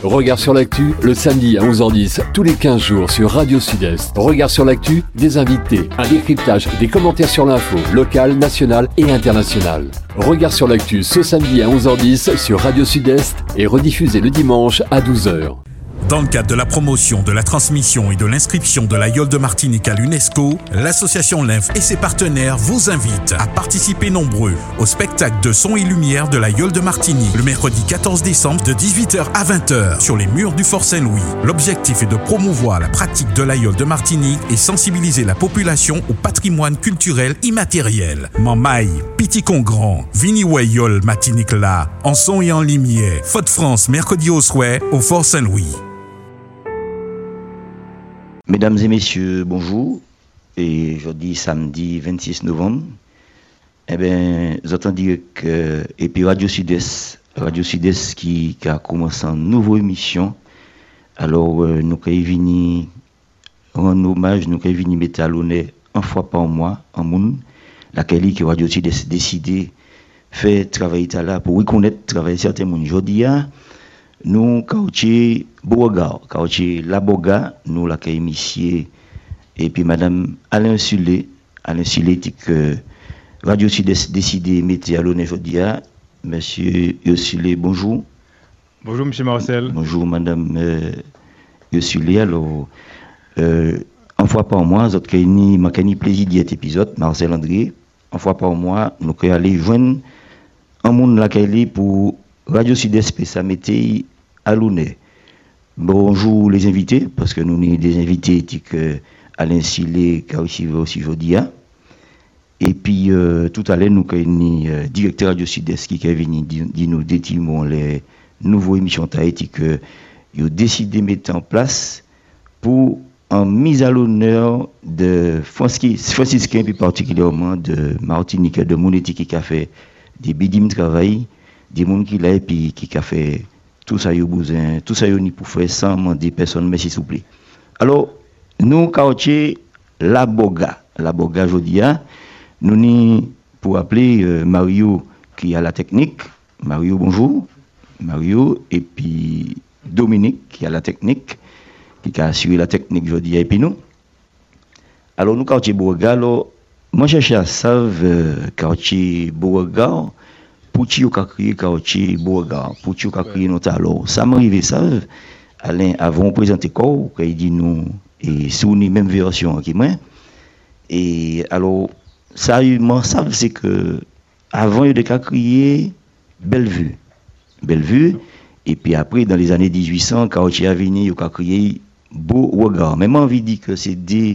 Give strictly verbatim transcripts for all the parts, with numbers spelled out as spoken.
Regard sur l'actu, le samedi à onze heures dix, tous les quinze jours sur Radio Sud-Est. Regard sur l'actu, des invités, un décryptage, des commentaires sur l'info, locale, nationale et internationale. Regard sur l'actu ce samedi à onze heures dix sur Radio Sud-Est et rediffusé le dimanche à douze heures. Dans le cadre de la promotion, de la transmission et de l'inscription de l'aïeul de Martinique à l'UNESCO, l'association Lymphe et ses partenaires vous invitent à participer nombreux au spectacle de son et lumière de l'aïeul de Martinique le mercredi quatorze décembre de dix-huit heures à vingt heures sur les murs du Fort Saint-Louis. L'objectif est de promouvoir la pratique de l'aïeul de Martinique et sensibiliser la population au patrimoine culturel immatériel. Mamaï, Piticon Grand, Viniwayol Martinique là, en son et en lumière. Fête France, mercredi au soir au Fort Saint-Louis. Mesdames et messieurs, bonjour. Et jeudi, samedi vingt-six novembre, eh bien, j'entends dire que, et puis Radio Sud-Est, Radio Sud-Est qui, qui a commencé une nouvelle émission. Alors, euh, nous avons venu rendre hommage, nous avons venu mettre à l'honneur une fois par mois, en monde, laquelle que Radio Sud-Est décidé faire travailler là pour reconnaître travailler certains monde. Jeudi, nous, Kaouché Beauregard, Kaouché Laboga, nous la monsieur et puis madame Alain Sulé, Alain Sulé dit que Radio Sud-Est décidé de mettre à l'honneur aujourd'hui. Monsieur Yosulé, bonjour. Bonjour monsieur Marcel. Bonjour madame euh, Yosulé. Alors, euh, une fois par mois, nous avons plaisir d'y être épisode, Marcel André. Une fois par mois, nous allons aller joindre un monde laquelle pour Radio Sud-Est, ça mettait à l'honneur. Bonjour les invités, parce que nous avons des invités que Alain Silé, qui a aussi aujourd'hui. Et puis, euh, tout à l'heure, nous avons un directeur Radio Sud-Est qui est venu dire nous détimons les nouveaux émissions Tahiti que ils ont décidé de mettre en place pour en mise à l'honneur de franciscains, plus particulièrement de Martinique, de Monétique qui a fait des bidim travail, des gens qui l'a et puis qui a fait tout ça yo besoin, tout ça yo ni pour faire sans demander personne, merci s'il vous plaît. Alors, nous caoutché la boga, la boga jodia, nous ni pour appeler euh, Mario qui a la technique. Mario, bonjour. Mario et puis Dominique qui a la technique, qui a assuré la technique jodia et puis nous. Alors nous caoutché boga, alors moi cherche à savoir caoutché boga. Pour qui on a créé Kaochi Bourga, pour qui on a créé notre alors, ça m'arrive ça, Alain, avant présenté quoi, qu'il dit nous, et sous une même version qui moi, et alors, ça, moi, ça, c'est que, avant, il y a créé Bellevue, Bellevue, et puis après, dans les années dix-huit cents, Kaochi a venu, il a créé Bourga, même envie de dire que c'est des,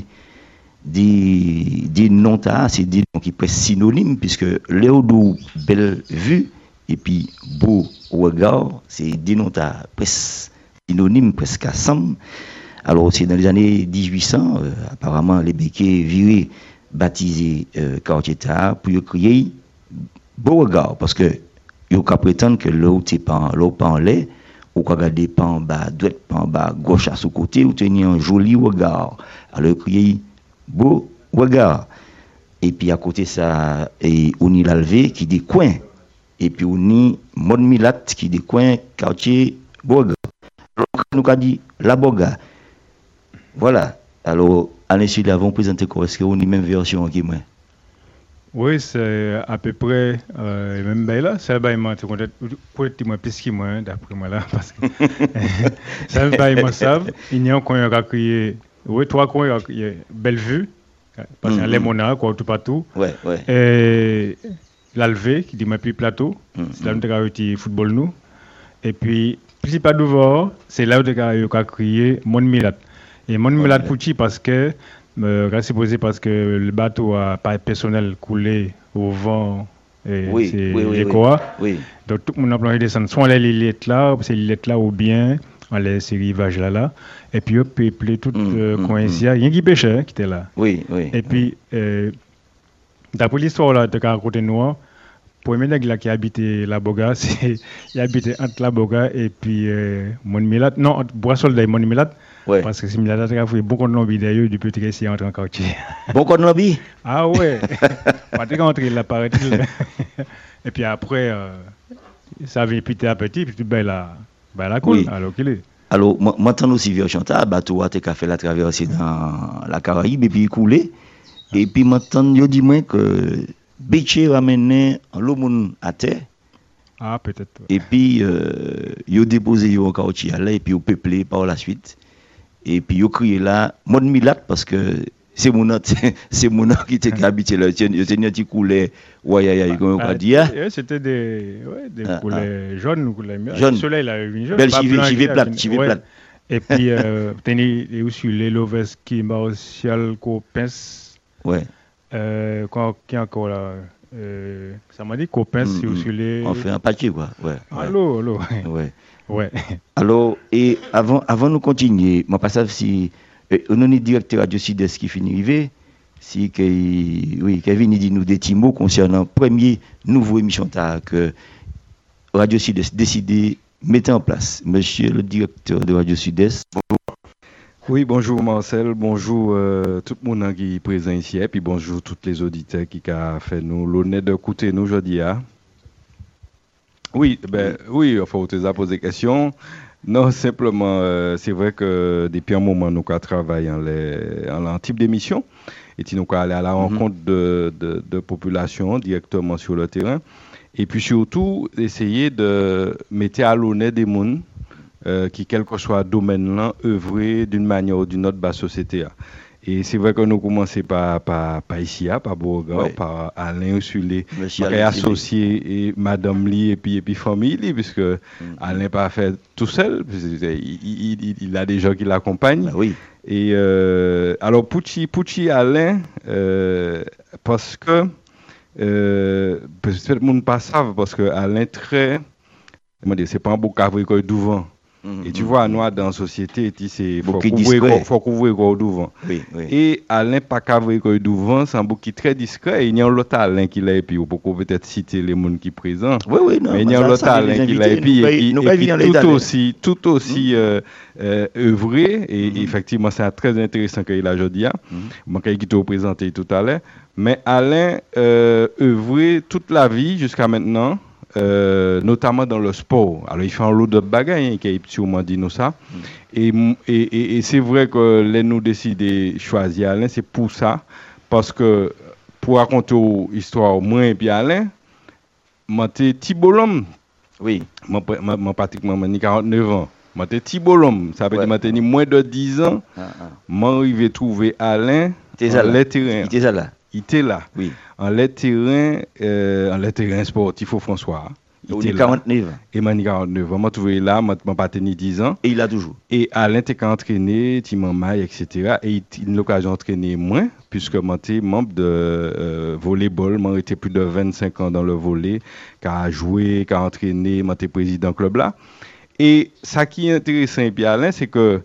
des, des noms, c'est des noms qui presque synonymes, puisque Léodou Bellevue et puis Beauregard, c'est des noms presque synonymes, presque ensemble. Alors, c'est dans les années dix-huit cents, euh, apparemment, les béquets virés, baptisés euh, quartier pour créer Beauregard, parce que ils ont prétendre que l'autre n'est pas en lait, ou qu'on regarde pas en bas, droite, pas en bas, gauche à ce côté, ou tenir un joli regard. Alors, créer beau regard. Et puis à côté ça, et on y l'alvé qui des coins. Et puis on y Mon Milat qui des coins quartier Boga. Alors nous avons dit la Boga. Voilà. Alors, à l'insu de l'avant présenté quoi, est-ce qu'on y même version qui moi? Oui, c'est à peu près euh, même ben là, ça va moi peut-être moi plus que moi d'après moi là parce que ça va moi savent, il y a un coin qui a créé oui, trois coins, il y a Bellevue, parce qu'il y a les Mona, quoi, tout partout. Ouais, ouais. Et l'Alvé, qui dit ma plus plateau, mm-hmm. C'est là où on a créé football nous. Et puis, principal d'ouvert, c'est là où on a créé Mon Milat. Et Mon Milat pour qui? Parce que, euh, c'est posé parce que le bateau a pas personnel coulé au vent. Et oui, c'est oui, oui, quoi. Oui. Donc, tout le monde a plongé descendre soit les lignes là, c'est les lignes là ou bien. Allez, ces rivages là là et puis eux peuplé tout mm, euh, mm, coin ici mm. il y a qui pêchait qui était là oui oui et puis euh, d'après l'histoire là de raconter nous pour les nègres là qui habitaient la Boga c'est il habitait entre la Boga et puis euh, Mon Milat non entre Bois-Soldat et Mon Milat ouais. Parce que c'est Milat a fait beaucoup de lobby d'ailleurs depuis que c'est entré en quartier beaucoup de lobby ah ouais pas de rentrer là paraît-il et puis après euh, ça avait petit à petit puis ben là Bah la cool, Oui. alors qu'il est. Alors, moi, maintenant aussi, vers Chantal, bateau a été fait la traversée dans la Caraïbe et puis il coulait. Et puis maintenant, je dis moi que Béché ramenait l'eau à terre. Ah, peut-être. Et puis, euh, il a déposé au caoutchouc là, et puis il a peuplé par la suite. Et puis, il a crié là, mon milat, parce que c'est mon autre, c'est mon autre qui était habité là. Il y a un petit coulet, ouais, comme on va dire. C'était des, ouais, des ah, coulets ah. jaunes ou coulets mieux. Jaune. Le soleil, là, une jaune. Belle chivée plate, chivée plate. Et puis, euh, tenez aussi les Loveski, Martial, Copens. Ouais. Euh, quoi, qui encore là? Euh, ça m'a dit Copens, mm, c'est aussi les. On fait un papier, quoi. Ouais. Allô, allô. Ouais. Ouais. Alors, et avant, avant de continuer, je ne sais pas si on a un directeur Radio Sud-Est qui finit d'arriver, si oui, Kevin dit nous des petits mots concernant la première nouvelle émission que Radio Sud-Est décidé de mettre en place. Monsieur le directeur de Radio Sud-Est. Bonjour. Oui, bonjour Marcel, bonjour euh, tout le monde qui est présent ici, et puis bonjour tous les auditeurs qui ont fait nous l'honneur d'écouter nous aujourd'hui. Hein. Oui, ben, oui, enfin, on t'a posé des questions. Non, simplement, euh, c'est vrai que depuis un moment, nous avons travaillé en, les, en, en type d'émission. Et nous avons allé à la rencontre mm-hmm. de, de, de population directement sur le terrain. Et puis surtout, essayer de mettre à l'honneur des gens euh, qui, quel que soit le domaine-là, œuvrer d'une manière ou d'une autre dans la société. Et c'est vrai que nous commençons par, par, par ici, par Beauregard, oui. par Alain Usulé, qui a associé et Madame Li et puis, et puis famille Li, puisque mm-hmm. Alain n'a pas fait tout seul, il, il, il a des gens qui l'accompagnent. Bah oui. Et euh, alors, Pucci, Pucci Alain, euh, parce que, euh, peut-être le monde ne pas savent, parce que Alain très, comment dire, c'est pas un beau cavrier devant. Et tu vois, nous, dans la société, il faut couvrir le devant. Oui, oui. Et Alain, pas couvrir le devant, c'est un bouquet très discret. Et il y a un autre Alain qui l'a, et puis on peut peut-être citer les gens qui sont présents. Oui, oui, non. Mais il y a un autre Alain qui l'a, et puis tout aussi, tout aussi euh, euh, œuvré. Et mm-hmm. effectivement, c'est très intéressant qu'il a aujourd'hui. Moi, qui t'a présenté tout à l'heure. Mais Alain euh, œuvré toute la vie jusqu'à maintenant. Euh, notamment dans le sport. Alors, il fait un lot de bagages, qui a sûrement dit nous ça. Mm. Et, et, et, et c'est vrai que les nous décidé de choisir Alain, c'est pour ça. Parce que pour raconter l'histoire, moi et puis Alain, moi, j'étais petit bolhomme. Oui. Moi, pratiquement, j'ai quarante-neuf ans. Moi, j'étais petit bolhomme. Ça veut ouais. dire que j'ai moins de dix ans. Ah, ah. Moi, j'arrive à trouver Alain dans les terrains. Il était là. Il était là. Oui. En les terrains, euh, en les terrains sportifs au François. Il était quarante-neuf ans. Et moi, quarante-neuf ans. Moi, je suis là, je n'ai pas tenu dix ans. Et il a toujours. Et Alain était entraîné, Timon Maille, et cetera. Et il a eu l'occasion d'entraîner moins, puisque moi, j'étais membre de euh, volleyball. Moi, j'étais plus de vingt-cinq ans dans le volley, qui a joué, qui a entraîné. Moi, j'étais président club là. Et ce qui est intéressant, et puis Alain, c'est que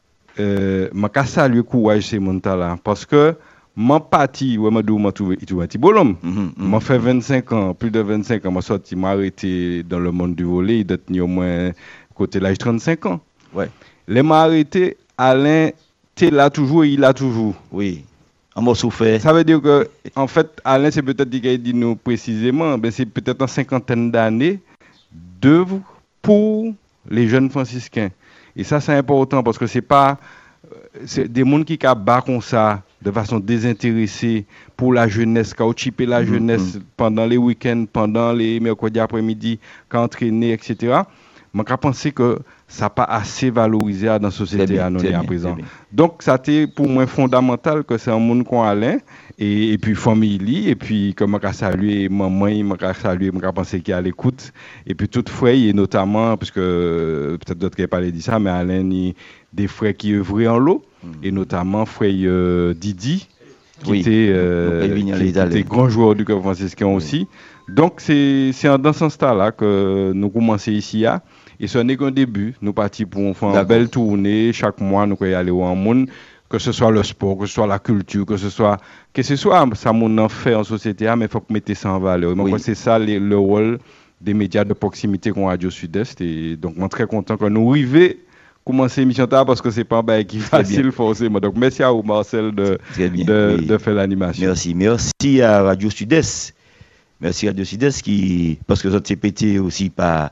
euh, je veux saluer le courage de ces gens-là. Parce que mon parti, ouais, m'a m'a trouvé, il trouve un petit bonhomme. M'a fait vingt-cinq ans, plus de vingt-cinq ans, m'a sorti, m'a arrêté dans le monde du volley, il doit tenir au moins côté l'âge trente-cinq ans. Ouais. Les m'a arrêté, Alain, t'es là toujours, il a toujours. Oui. Un mot souffert. Ça veut dire que, en fait, Alain, c'est peut-être qu'il dit nous précisément, ben c'est peut-être une cinquantaine d'années d'œuvre pour les jeunes franciscains. Et ça, c'est important parce que c'est pas, c'est des gens qui battent comme ça, de façon désintéressée pour la jeunesse, qui ont chipé la jeunesse mm-hmm. pendant les week-ends, pendant les mercredis après-midi, qui ont entraîné, et cetera. Je pense que ça n'a pas assez valorisé dans la société à nous à présent. Donc, ça a été pour moi fondamental que c'est un monde qu'on allait, et, et puis famille, et puis comme je salué maman, je salué, je pensé qu'il y a l'écoute, et puis tout frère, et notamment, parce que peut-être d'autres qui n'ont pas dit ça, mais Alain, il des frères qui œuvraient en l'eau, mm. et notamment frère euh, Didi, qui oui. était, euh, qui était grand joueur du club franciscain oui. aussi. Donc, c'est dans ce sens-là que nous commençons ici à. Et ce n'est qu'un début. Nous partons pour faire une belle tournée. Chaque mois, nous pouvons aller au monde, que ce soit le sport, que ce soit la culture, que ce soit que ce soit ça qu'on fait en société, mais il faut mettre ça en valeur. Oui. C'est ça le, le rôle des médias de proximité qu'on a Radio Sud-Est. Et donc, je suis très content que nous arrivions commencer l'émission tard parce que c'est pas un qui facile forcément. Donc, merci à vous, Marcel, de, de, oui. de faire l'animation. Merci. Merci à Radio Sud-Est. Merci à Radio Sud-Est qui, parce que ça s'est pété aussi par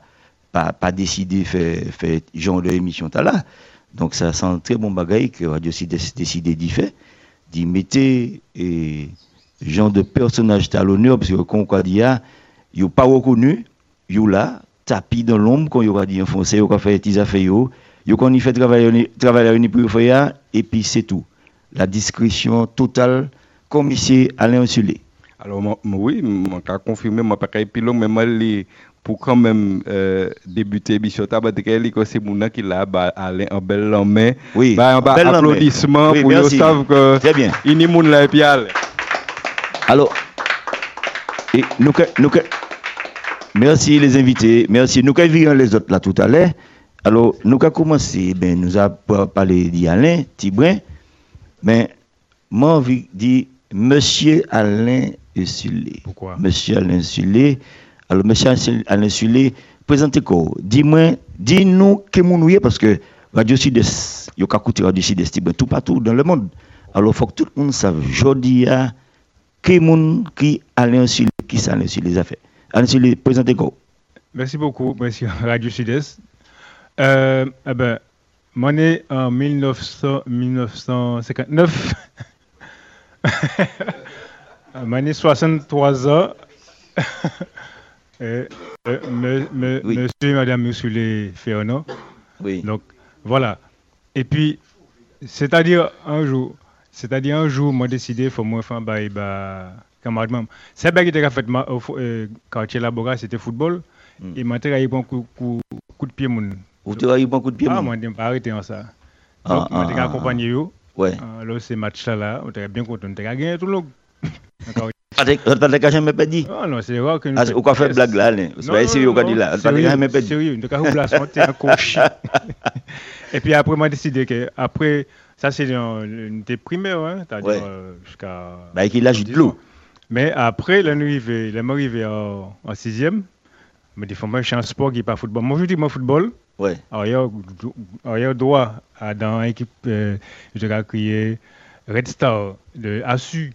pas, pas décidé de faire, faire genre d'émission là. Donc ça sent un très bon bagage que Radio Sud a décidé d'y faire, d'y mettre et genre de personnage à l'honneur, parce que quand on dit, il n'est pas reconnu, il est là, tapis dans l'ombre, quand il va dire enfoncé, il va faire des affaires, il va fait travailler travailler pour faire, et puis c'est tout. La discrétion totale, comme ici Alain Sulé. Alors, moi, oui, je peux confirmer, je ne peux pas épilogue, mais moi, pour quand même euh, débuter l'émission, c'est mon qui l'a Alain en belle main. Oui, bah, un bel applaudissement oui, pour qu'ils savent que très bien. Il n'y a pas de pial. Alors, et nous, nous, merci les invités, merci. Nous avons les autres là tout à l'heure. Alors, nous avons commencé, ben, nous avons parlé d'Alain Tibrin, mais moi, j'ai envie de dire Monsieur Alain Sulé. Pourquoi? Monsieur Alain Sulé. Alors, Monsieur Alain Sulé, présentez-vous. Dis-moi, dis-nous qui nous est, parce que Radio Sud-Est, il y a écouté Radio Sud-Est tout partout dans le monde. Alors, il faut que tout le monde sache, aujourd'hui, qui est qui Alain Sulé, qui ça Alain Sulé les a fait. Alain Sulé, présentez-vous. Merci beaucoup, monsieur Radio Sud-Est. Euh, eh ben, moi, né en mille neuf cents, mille neuf cent cinquante-neuf. Moi, né soixante-trois ans. euh, euh, me, me, oui. Monsieur et madame Sulé Ferrand. Oui. Donc, voilà. Et puis, c'est-à-dire un jour, c'est-à-dire un jour, moi, décidé, il faut moi faire un bail, bah, camarade. C'est bien que j'ai fait au quartier Labora, c'était football. Mm. Et maintenant, il y a un coup, coup, coup de pied. Mon. Vous avez eu un coup de pied? Ah, moi, je n'ai pas arrêté en ça. Donc, moi, j'ai accompagné eux. Ouais. Alors, ces matchs-là, on était bien content. On était gagné tout le monde. On ne t'a jamais perdu. Non, non, c'est rare que nous. Ah, on a fait blague là. C'est pas sérieux qu'on dit là. On ne t'a jamais perdu. Sérieux, on a fait blague, on un coach. Et puis après, moi, j'ai décidé que, après, ça, c'est une des primaires, hein, c'est-à-dire jusqu'à. Bah, qu'il a juste l'eau. Mais après, là, nous arrivé en sixième. Mais des fois, moi, je suis un sport qui n'est pas football. Moi, je dis, moi, football. Ouais. Alors, il y a droit à, dans l'équipe, euh, je vais crier Red Star, de Assu,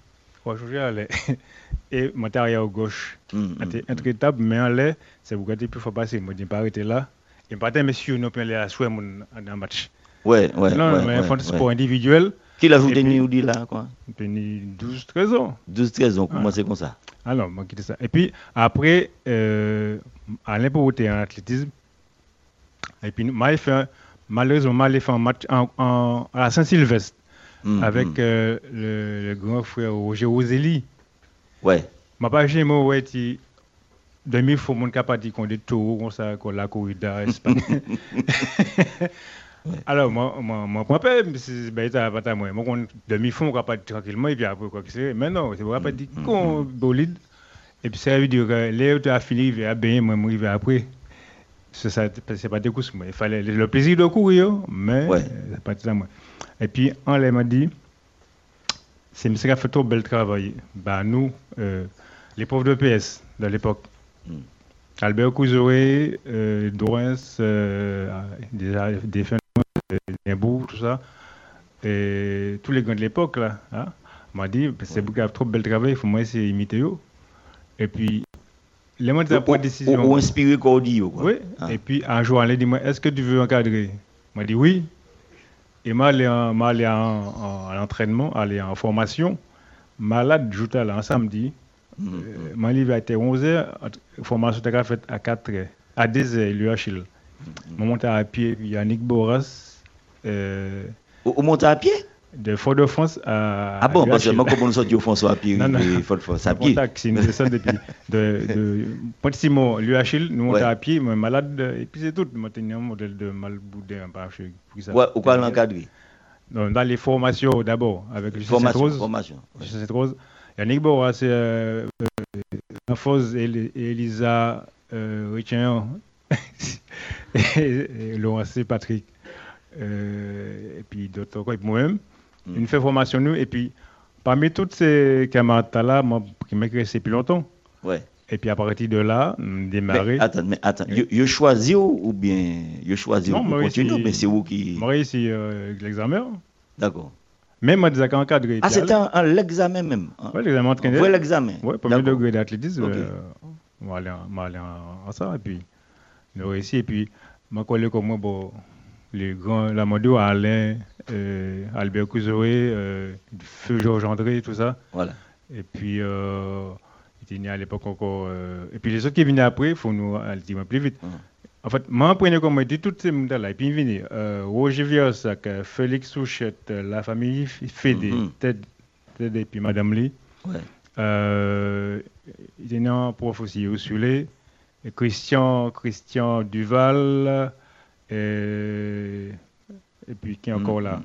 et mon arrière gauche. C'était mm, intraitable, mais en l'air, c'est vous gâter plus faut passer. Moi, je n'ai pas arrêté là. Et pas monsieur, nous, aller à souhait dans un match. Ouais, ouais. Non, ouais, mais ouais, un sport ouais. individuel. Qui l'a joué ou dit là, quoi? Tenu douze treize ans. douze treize ans, comment c'est comme ça? Alors, moi, quitte ça. Et puis, après, euh, Alain pour voter en athlétisme. Et puis, moi, fait, malheureusement, j'ai fait un match en, en, à Saint-Sylvestre mmh, avec mmh. Euh, le, le grand frère Roger Rosélie. Ouais. Ma pas j'ai moi ouais ti demi faut mon capable qu'on des taureaux comme ça qu'on la corrida Espagne. Alors moi moi moi pas c'est ben ça pas moi moi qu'on demi fond capable tranquillement et puis après quoi que c'est mais non c'est pas dit qu'on bolide et puis ça veut dire que les tu as fini il va bien moi moi arriver après. C'est ça, c'est pas des coups, il fallait le plaisir de courir, mais ouais. c'est pas ça moi. Et puis on m'a dit, c'est monsieur qui a fait trop bel travail. Bah nous, euh, les profs de P S de l'époque, mm. Albert Couzoé, euh, Dorens, euh, déjà des fins Nimbourg, tout ça, et tous les gars de l'époque là, hein, m'a dit, c'est vous qui avez trop bel travail, il faut moi essayer d'imiter eux. Et puis les mots de la décision. Ou inspiré qu'on dit. Oui. Ah. Et puis un jour, elle dit moi, est-ce que tu veux encadrer? Moi dit oui. Et moi, je suis allé en, en, en entraînement, aller en formation. Malade, je suis allé en samedi. Mm-hmm. Euh, moi, je été à onze heures. Formation était faite à quatre heures. À deux heures, l'U H L. Je monte à pied, il y a Yannick Boras. Euh, Vous montez à pied? De Fort-de-France à. Ah bon, parce que moi, comment on sort du François à pied? Non, non. Fort-de-France à pied. C'est une descente depuis. De, de Pont-Simon, l'U H L, nous montons ouais. à pied, moi, malade, et puis c'est tout. Moi, j'ai un modèle de malboudin. Ouais, ou quoi l'encadrer? Dans les formations d'abord, avec Justin Rose. Formation. Justin Rose. Yannick Boras, c'est euh, euh, Foz et Elisa euh, Richard et, et Laurent C. Patrick. Euh, et puis d'autres encore, et moi-même. Mm. Une fait formation nous, et puis parmi toutes ces camarades-là, moi, qui m'ai resté plus longtemps. Ouais. Et puis à partir de là, démarrer. Mais attends, mais attends, oui. you choisi ou bien you choisi non, pour continuer, mais c'est vous qui. Moi, ici, euh, l'examen. D'accord. Même moi, déjà encadré. Ah, c'était un, un l'examen même. Oui, l'examen entraîné. Oui, l'examen. Oui, premier degré d'athlétisme. Okay. Euh, on va aller en, en, en ça, et puis nous réussi. Et puis, ma collègue comme moi, bon, les grands, la Mondo, Alain, euh, Albert Couzoé, euh, Feu Georges André, tout ça. Voilà. Et puis, euh, il était né à l'époque encore. Euh, et puis, les autres qui venaient après, il faut nous aller dire plus vite. Mmh. En fait, moi, je prenais comme dit toutes ces gens-là. Et puis, il venait. Euh, Roger Viersac, Félix Souchette, la famille Fédé, mmh. Ted, Ted, et puis Madame Lee. Ouais. Euh, il était né en prof aussi, Ursulé. Et Christian, Christian Duval. Et, et puis, qui est encore mmh. là?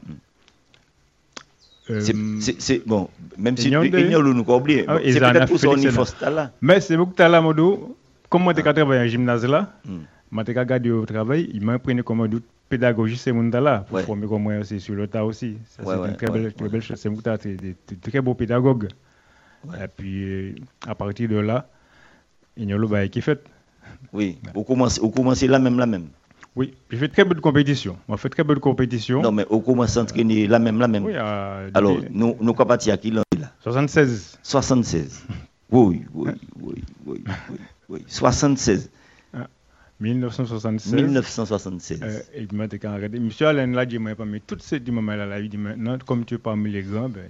C'est, c'est, c'est bon, même si nous nous oublié, ah, c'est peut-être pour ça qu'on est là. Mais c'est beaucoup de là, Modo. Comme moi, j'ai travaillé en gymnase là, moi, j'ai regardé au travail, il m'a pris comme doute pédagogie, c'est mon là, pour former comme moi aussi sur le tas aussi. Ça, ouais, c'est ouais, une très ouais, belle, ouais. très belle chose. C'est beaucoup de très beaux pédagogues. Ouais. Et puis, à partir de là, il y a le bail qui fait. Oui, vous commencez, vous commencez là même, là même. Oui, j'ai fait très peu de compétition. On fait très peu de compétition. Non, mais on commence à entraîner la même, la même. Oui, euh, alors, nous, nous sommes partis à qui là? soixante-seize. soixante-seize. Oui, oui, oui, oui, oui, oui. soixante-seize. Ah, mille neuf cent soixante-seize. mille neuf cent soixante-seize. Euh, et il m'a dit, monsieur Alain, là, je ne pas mis toutes ces moments-là, là, il dit maintenant, comme tu es parmi les grands, ben,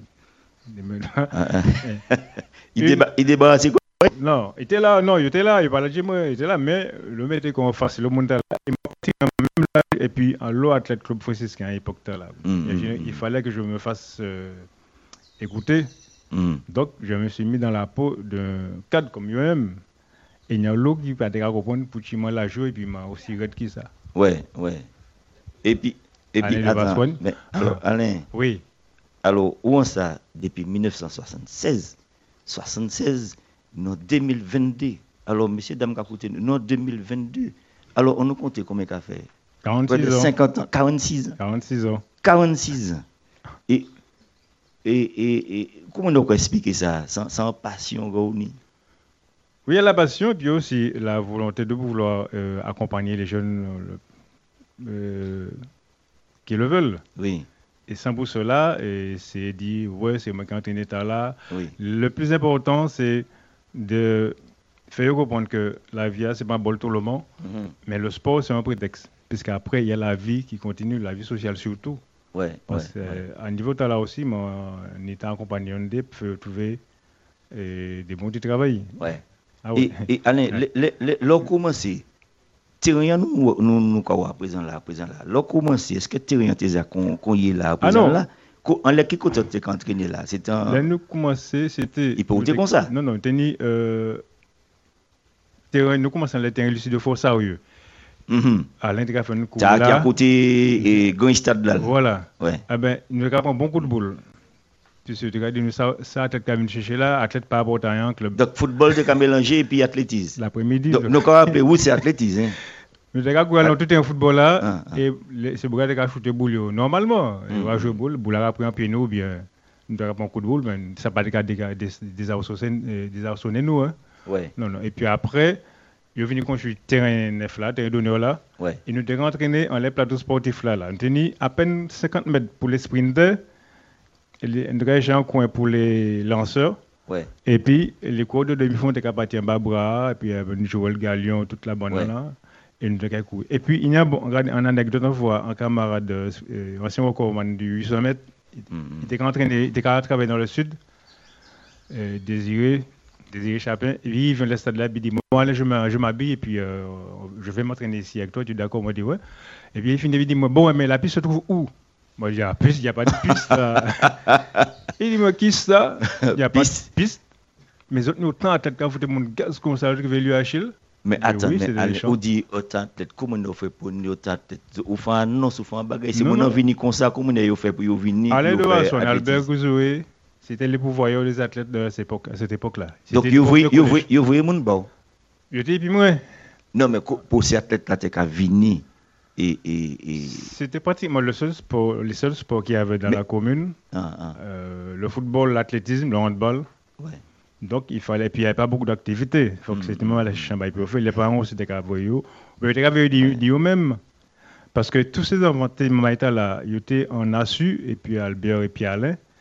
ah, ah. il, déba- il débarrasse quoi? Non, il était là, non, il était là, il parlait de moi, il était là, mais le mec était qu'on fasse le monde là, il m'a dit même là, et puis en l'eau athlète club franciscain à l'époque là, mm, il, mm, il fallait que je me fasse euh, écouter, mm. donc je me suis mis dans la peau d'un cadre comme lui-même, et il y a l'autre qui va comprendre pour qui m'a la joué, et puis il m'a aussi raide qui ça. Ouais, ouais. Et puis, et puis, attends, mais, alors, Alain, oui. Alors, où on ça depuis mille neuf cent soixante-seize, soixante-seize, non deux mille vingt-deux. Alors, messieurs, dames, non deux mille vingt-deux. Alors, on nous compte combien qu'a fait? quarante-six ans. cinquante ans, quarante-six ans. quarante-six ans. quarante-six ans. Et, et, et, et comment on peut expliquer ça sans, sans passion, Gaouni? Oui, il y a la passion et puis aussi la volonté de vouloir euh, accompagner les jeunes euh, euh, qui le veulent. Oui. Et sans pour cela, et c'est dit, ouais, c'est moi qui ai un état là. Oui. Le plus important, c'est de faire comprendre que la vie, c'est pas un bol tout le monde, mm-hmm. mais le sport, c'est un prétexte. Puisqu'après, il y a la vie qui continue, la vie sociale surtout. Ouais, Parce ouais, que, ouais. À niveau de là aussi, mon état accompagné de peut trouver et des bons du travail. Ouais. Ah, oui. Et, et Alain, ouais. Là, commencer. Terrien nous nous nous quoi présent là présent là. Là commencer, est-ce que Terrien t'es qu'on qu'on y est là présent là? En l'équipe que tu t'es entraîné là, c'était un là nous commencer, c'était il peut être comme ça. Non non, tenir euh Terrien nous commençons le terrain Lucie de Fort-Sérieux. Mhm. À l'intérieur fait une cour là. Qui à côté et grand stade là. Voilà. Ouais. Ah ben, nous avons un bon coup de boule. Tu sais, tu regardes, nous ça, ça athlète qui a venu chercher là, athlète par rapport à un club. Donc, football, tu as mélangé et puis athlétisme. L'après-midi. Donc, nous avons appelé où c'est athlétisme. Hein? Nous avons appelé tout un football là, ah, ah. et c'est pour regarder qui a shooté boule. Normalement, il mm-hmm. va jouer boule, boule a pris un pied nous, bien, nous avons un coup de boule, mais ça n'a pas désarçonné nous. Hein? Ouais. Non, non. Et puis après, il est venu construire terrain neuf là, terrain d'honneur là, ouais. et nous avons entraîné en les plateaux sportifs là. là. Nous avons à peine cinquante mètres pour les sprinters. J'ai un coin pour les lanceurs. Ouais. Et puis, les cours de demi-fond étaient capables de Barbara, et puis euh, Joël Galion, toute la bande ouais. là. Et nous avons Et puis, il y a bon, en anecdote, on voit un camarade, euh, ancien recordman du huit cents mètres, mm-hmm. il était en train de travailler dans le sud, euh, Désiré, Désiré Chapin. Et puis, il vient de stade là, il dit bon, allez, je m'habille, et puis euh, je vais m'entraîner ici avec toi. Tu es d'accord? Moi, je dis ouais. Et puis, il finit, il dit bon, mais la piste se trouve où? Moi, je dis, ah, piste, il n'y a pas de piste. Là. Il dit, moi, qui ça? Il n'y a pas de piste. Mais autres, nous, autant à tête quand vous êtes mon gaz comme ça, je vais lui acheter. Mais attends, oui, mais allez, on dit, autant peut-être comment on fait pour nous, autant peut-être, ou fait un non, ou fait un bagage. Si on a venu comme ça, comment on a fait pour venir? Allez, de façon, Albert Gouzoué, c'était les pouvoirs des athlètes de cette époque, à cette époque-là. Donc, vous voyez mon bon? Je dis, puis moi. Non, mais pour ces athlètes-là, tu as venir. Et, et, et... C'était pratiquement le seul sport, les seuls sports qu'il y avait dans mais... la commune. Ah, ah. Euh, le football, l'athlétisme, le handball. Ouais. Donc, il fallait. Puis, il n'y avait pas beaucoup d'activités. Il faut que c'était même la chambre. Les parents aussi étaient capables de mais ils étaient capables de dire eux-mêmes. Parce que tous ces enfants là, ils étaient en Assu, et puis Albert et puis Alain.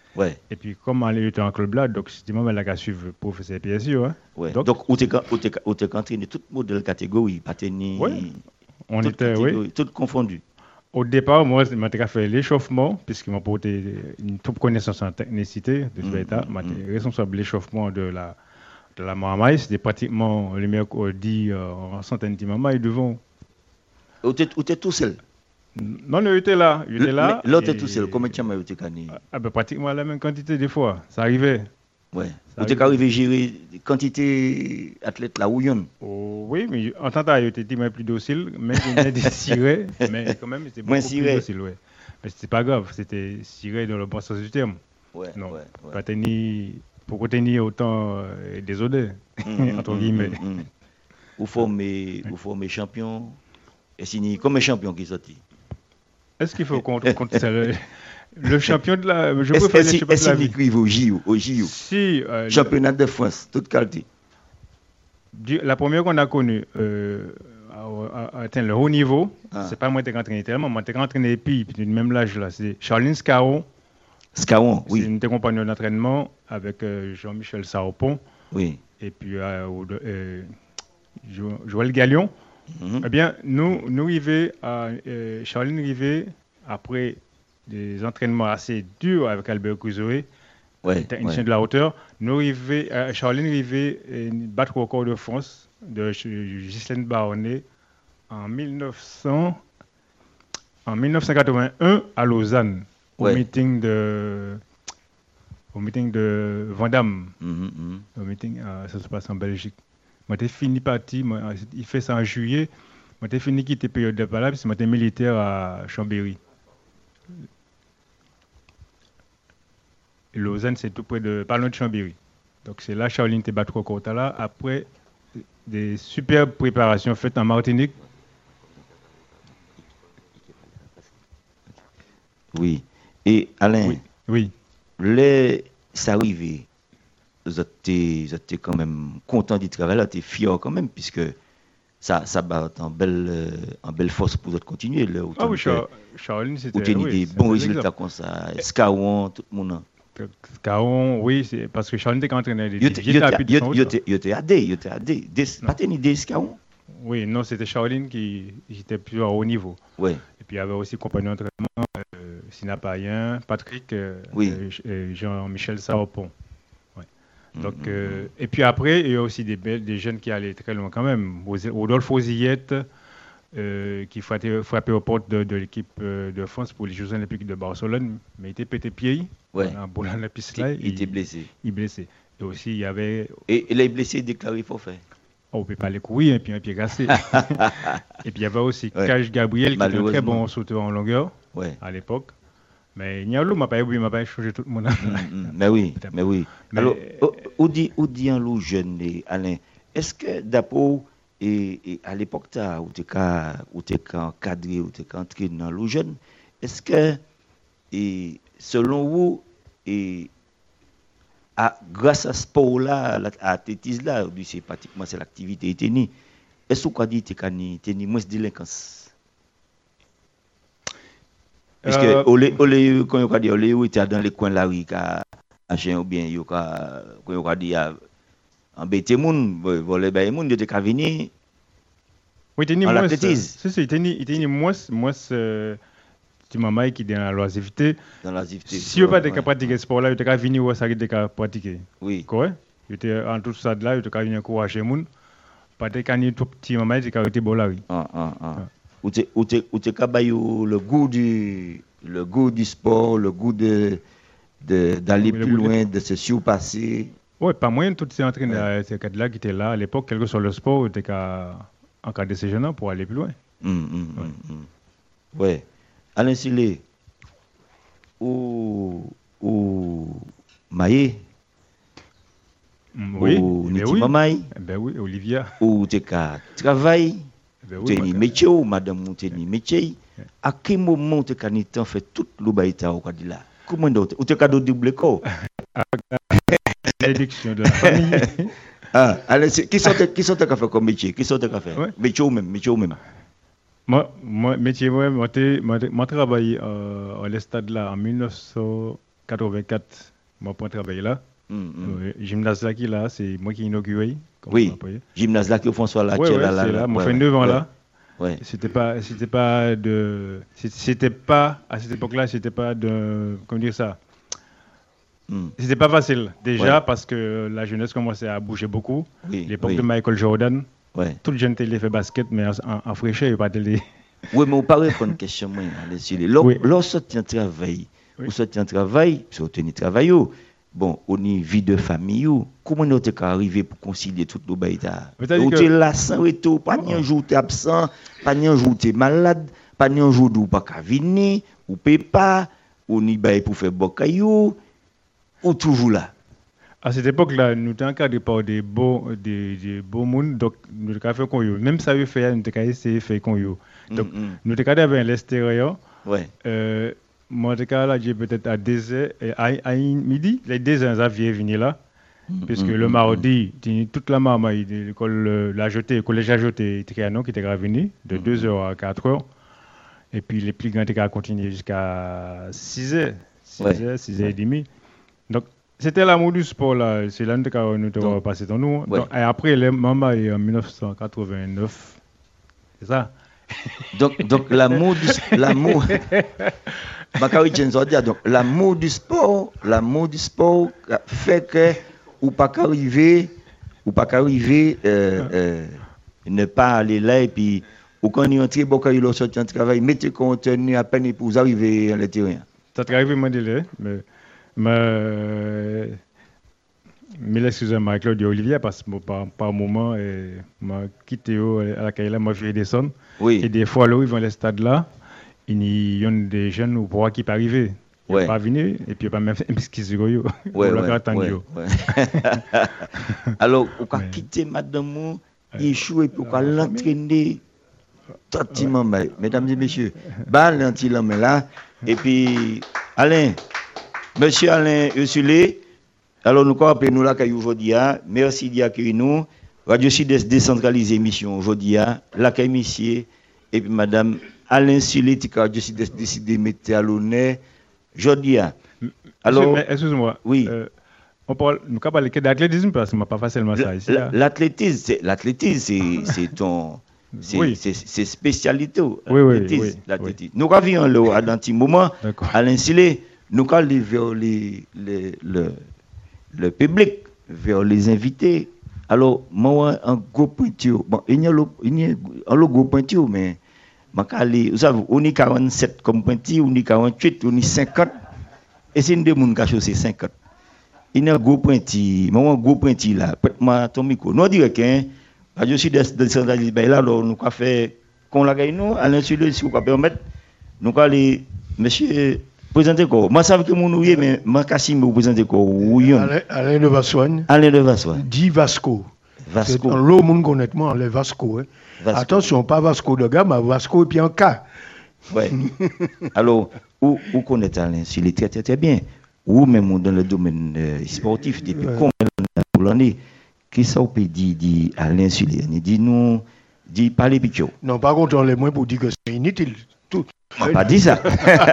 Ouais. Et puis, comme elle était en club là, donc c'était moi qui a suivi le professeur P S U. Hein. Ouais. Donc, donc, où tu es entraîné tout modèle catégorie, pas tenir. Oui. On était, oui. Tout confondu. Au départ, moi, je m'ai fait l'échauffement, puisqu'il m'a porté une toute connaissance en technicité de ce état. Je suis responsable de l'échauffement de la, de la marmaille. C'était pratiquement le mercredi euh, en centaine de marmailles devant. Où tu es tout seul? Non, il était là. Il était là. L'autre est tout seul. Combien de temps tu as gagné? Ah, ben, pratiquement la même quantité des fois. Ça arrivait. Ouais. Vous êtes arrivé à gérer quantité d'athlètes là où yon? Oh, oui, mais en tant que il était plus docile, même il y a des cirés, mais quand même c'était beaucoup plus docile. Ouais. Mais c'était pas grave, c'était ciré dans le bon sens du terme. Ouais, non, ouais, ouais. Pas tenir, pour tenir autant euh, des odeurs, mmh, entre guillemets. Mmh, mmh. Vous formez, vous formez champion, et signé comme un champion qui est sorti. Est-ce qu'il faut qu'on compte ça? Le champion de la. Je préfère les champions de la vie. Est-ce au J O, au J O Si. Euh, championnat de France, toute qualité. La première qu'on a connue, euh, à, à atteindre le haut niveau, ah. c'est pas moi qui ai entraîné tellement, moi qui ai entraîné puis, puis du même âge là, c'est Charline Scaron. Scaron, oui. C'est une compagnon d'entraînement avec euh, Jean-Michel Saropon. Oui. Et puis euh, euh, jo Joël Galion. Mm-hmm. Eh bien, nous, nous arrivons à. Euh, Charline arrivait après des entraînements assez durs avec Albert Couzoé, ouais, technicien ouais. de la hauteur. Nous arrivons, euh, Charline arrivait à battre au record de France de Ghislaine Baronnet en, mille neuf cents, en mille neuf cent quatre-vingt-un à Lausanne, ouais. au meeting de, au meeting de Vandamme. Mm-hmm. Au meeting, euh, ça se passe en Belgique. Moi, j'ai fini parti, moi, il fait ça en juillet. Moi, j'ai fini quitter période de palabre, parce que moi, j'étais militaire à Chambéry. Lausanne, c'est tout près de pas loin de Chambéry. Donc c'est là Charline te battu au quota là. Après des superbes préparations faites en Martinique. Oui. Et Alain, oui, oui. Les ça arrivé, vous êtes quand même content du travail là, tu es fier quand même puisque ça ça bat en belle en belle force pour continuer là. Ah oui, Char Charline c'était oui, des bons résultats comme ça. Scaron, tout le monde. Scaron, oui, c'est parce que Charline était entraîné des vieux rapides. Il était à D, il était à D. Pas une idée Scaron? Oui, non, c'était Charline qui était plus à haut niveau. Oui. Et puis il y avait aussi compagnon d'entraînement, euh, Sina Payen, Patrick, euh, oui. euh, Jean-Michel Saropon. Ouais. Donc, mm-hmm. euh, et puis après, il y a aussi des, des jeunes qui allaient très loin quand même. Rodolphe Ozillette, euh, qui frappait, frappait aux portes de, de l'équipe euh, de France pour les Jeux Olympiques de Barcelone, mais il était pété pied. Ouais. En boulant la piste là. Il, il était blessé. Il blessé. Et aussi, il y avait. Et, et les blessés déclarés forfait. Oh, on ne peut pas les courir, et puis un pied cassé. Et puis il y avait aussi ouais. Cache Gabriel, qui était un très bon sauteur en longueur ouais. à l'époque. Mais Nialou m'a pas oublié, m'a pas changé tout le monde. Mm, mais oui, mais oui. Mais alors, où dit, où dit un loup jeune, Alain, est-ce que d'après, et, et à l'époque, où tu es encadré, où tu es entré dans le jeune, est-ce que, et, selon vous, et, à, grâce à ce sport-là, à l'athlétisme-là, c'est pratiquement c'est l'activité tenue, est-ce que vous dites que tu as moins de délinquance? Parce que euh, ole, ole, quand on dit ole, tu es dans les coins de la rue, à chien ou bien, quand on dit embêter les gens, voler les gens, tu as venir. Oui, tu as l'athlétisme. Si, si, tu as moins, moins, tu m'as qui est dans la loisiveté. Dans la loisiveté. Si on n'a pas pratiquer ce sport-là, tu as venir ou ça tu as pratiquer. Oui. Quoi? Tu es en tout ça là, tu as venir encourager les gens. Pas de quand tout petit maman, tu as été bon là. Ah, ah, ah. Ou tu as le goût du le goût du sport, le goût de d'aller plus loin, de se surpasser. Oui, pas moyen, tous ces entraîneurs ces cadres-là qui étaient là à l'époque, quel que soit le sport, tu étais encadré ces jeunes pour aller plus loin. Mm, mm, ouais. Mm, mm. Ouais. Alain Silé, ou ou Maïe, oui, ou ben Niti oui. Mamaï, ben oui, Olivia, ou tu travail. Ben tu as un métier ou madame tu as un métier. À quel moment tu as fait tout le baïta au Kadila? Comment d'autres? Ou tu as d'autres double corps? L'éducation de la famille. Ah, allez, qui sont qui sont fait comme métier? Qui sont fait? Métier ou même, métier ou même. Moi, moi métier moi, moi, moi travaillé euh, à l'estade là en mille neuf cent quatre-vingt-quatre, moi pour travailler là. Mm, mm. Le gymnase là qui est là, c'est moi qui inauguré. Oui, gymnase là que François là, ouais, tu ouais, là, là, c'est là. là. Moi, Ouais, fait neuf ans ouais. là. Ouais. C'était pas, c'était pas de, c'était pas à cette époque-là, c'était pas de, comment dire ça. Mm. C'était pas facile déjà Ouais. parce que la jeunesse commençait à bouger beaucoup. Oui, L'époque oui. de Michael Jordan, Ouais. tout le jeune télé fait basket mais en, en fraîcheur, il pas télé. Oui, mais on parle de une question, moi, allez, Oui. lorsque tu travail, Oui. ou sorti en travail, sur tenir travail, bon, on est vie de famille, comment on est arrivé pour concilier tout le bail là? C'est-à-dire Ou que- tu es là sans retour, pas ni un jour tu es absent, pas ni un jour tu es malade, pas ni un jour tu pas qu'à venir, ou paye pas, ou ni bail pour faire bocayou, ou toujours là. À cette époque-là, nous étions encadrés par des beaux, des, des beaux mondes, donc nous avons fait qu'on y a. Même ça, nous avons essayé de faire qu'on y a. Donc, Mm, mm. nous avons encadrés avec l'extérieur. Ouais. Euh, moi, en là, j'ai peut-être à deux heures, et à, à midi, les deux heures, ça vient venir là. Puisque mm, le mm, mardi, mm. toute la maman, l'école, la jetée, le collège a jeté, était un an qui était venu de Mm. deux heures à quatre heures. Et puis les plus grands étaient continuer jusqu'à six heures, six Ouais. heures, six heures et demie. Donc, c'était l'amour du sport là, c'est là que nous devons Donc, passer dans nous. ouais. Donc, et après, les mamans, en dix-neuf cent quatre-vingt-neuf, c'est ça? Donc, donc l'amour du l'amour. Bakary Jenzo dit donc l'amour du sport, l'amour du sport fait que ou pas qu'arriver ou pas qu'arriver euh, euh, ne pas aller là et puis ou quand on est entré beaucoup il sorti en travail mettez contenu à peine pour vous arriver à le terrain. Ça t'est arrivé, moi, délai, mais, mais, mais excusez-moi, Claude Olivier, parce que par, par moment, eh, m'a quitté au- à la caille là, moi, je vais descendre. Oui. Et des fois, là où ils vont les stades là, il y a des jeunes ou pour qui pas arriver. Ils Ouais. ne pas venir, et puis ils pas même ce qu'ils se Ouais, ouais, ouais, yo. ouais. Alors, on va Mais- quitter madame ou Ouais. échouer pour qu'on l'entraîner. Totiment mal. Mesdames et messieurs, bah, l'anti-l'homme là. Et puis, Alain, monsieur Alain Usulé, alors nous appelons nous là aujourd'hui. Merci d'y accueillir nous. Radio Sud-Est décentralisée émission aujourd'hui. L'accueil monsieur et puis madame Alain Usulé, qui Radio Sud-Est décidé de mettre à l'honneur aujourd'hui. Alors, Mais, excuse-moi. oui. euh, on parle, nous ne parler que d'athlétisme parce que ce n'est pas facilement ça ici. là. l'athlétisme, c'est, l'athlétisme, c'est, c'est ton. C'est, Oui. c'est, c'est spécialité. Oui, oui, l'athlétisme, oui, l'athlétisme. Nous revions là à un petit moment. D'accord. À l'instilé, nous allons aller vers les, les, le, le public, vers les invités. Alors, moi, un gros pointure. Bon, il y a le- il y a un gros pointure, mais moi, aller, vous savez, on est quarante-sept comme pointure, on est quarante-huit, on est cinquante. Et c'est une des gens qui a chaussé cinquante. Il y a un gros pointure, moi, un gros pointure là, peut-être ton micro. Nous, on dirait que Radio Sud-Est décentralisé, ben là, alors, nous avons fait, qu'on l'a gagné, nous, à l'insulte, si vous pouvez permettre, nous allons aller, monsieur, présenter quoi. Moi, ça veut que mon ouïe, mais moi, Kassim, vous présentez quoi. Oui, Alain, Alain de Vassoigne, Alain de Vassois. dit Vasco. Vasco. C'est un lot monde honnêtement, les Vasco. Hein. Vasco. Attention, pas Vasco de Gama, Vasco et puis un cas. Ouais. Alors, où, où connaît Alain? S'il est très, très, très bien. Ou même dans le domaine euh, sportif, depuis Ouais. combien d'années, qu'est-ce qu'on peut dire, dire Alain Sullivan? Il dit nous, dit parler picot. Non, par contre, on les moins pour dire que c'est inutile. Tout. On n'a pas dit ça.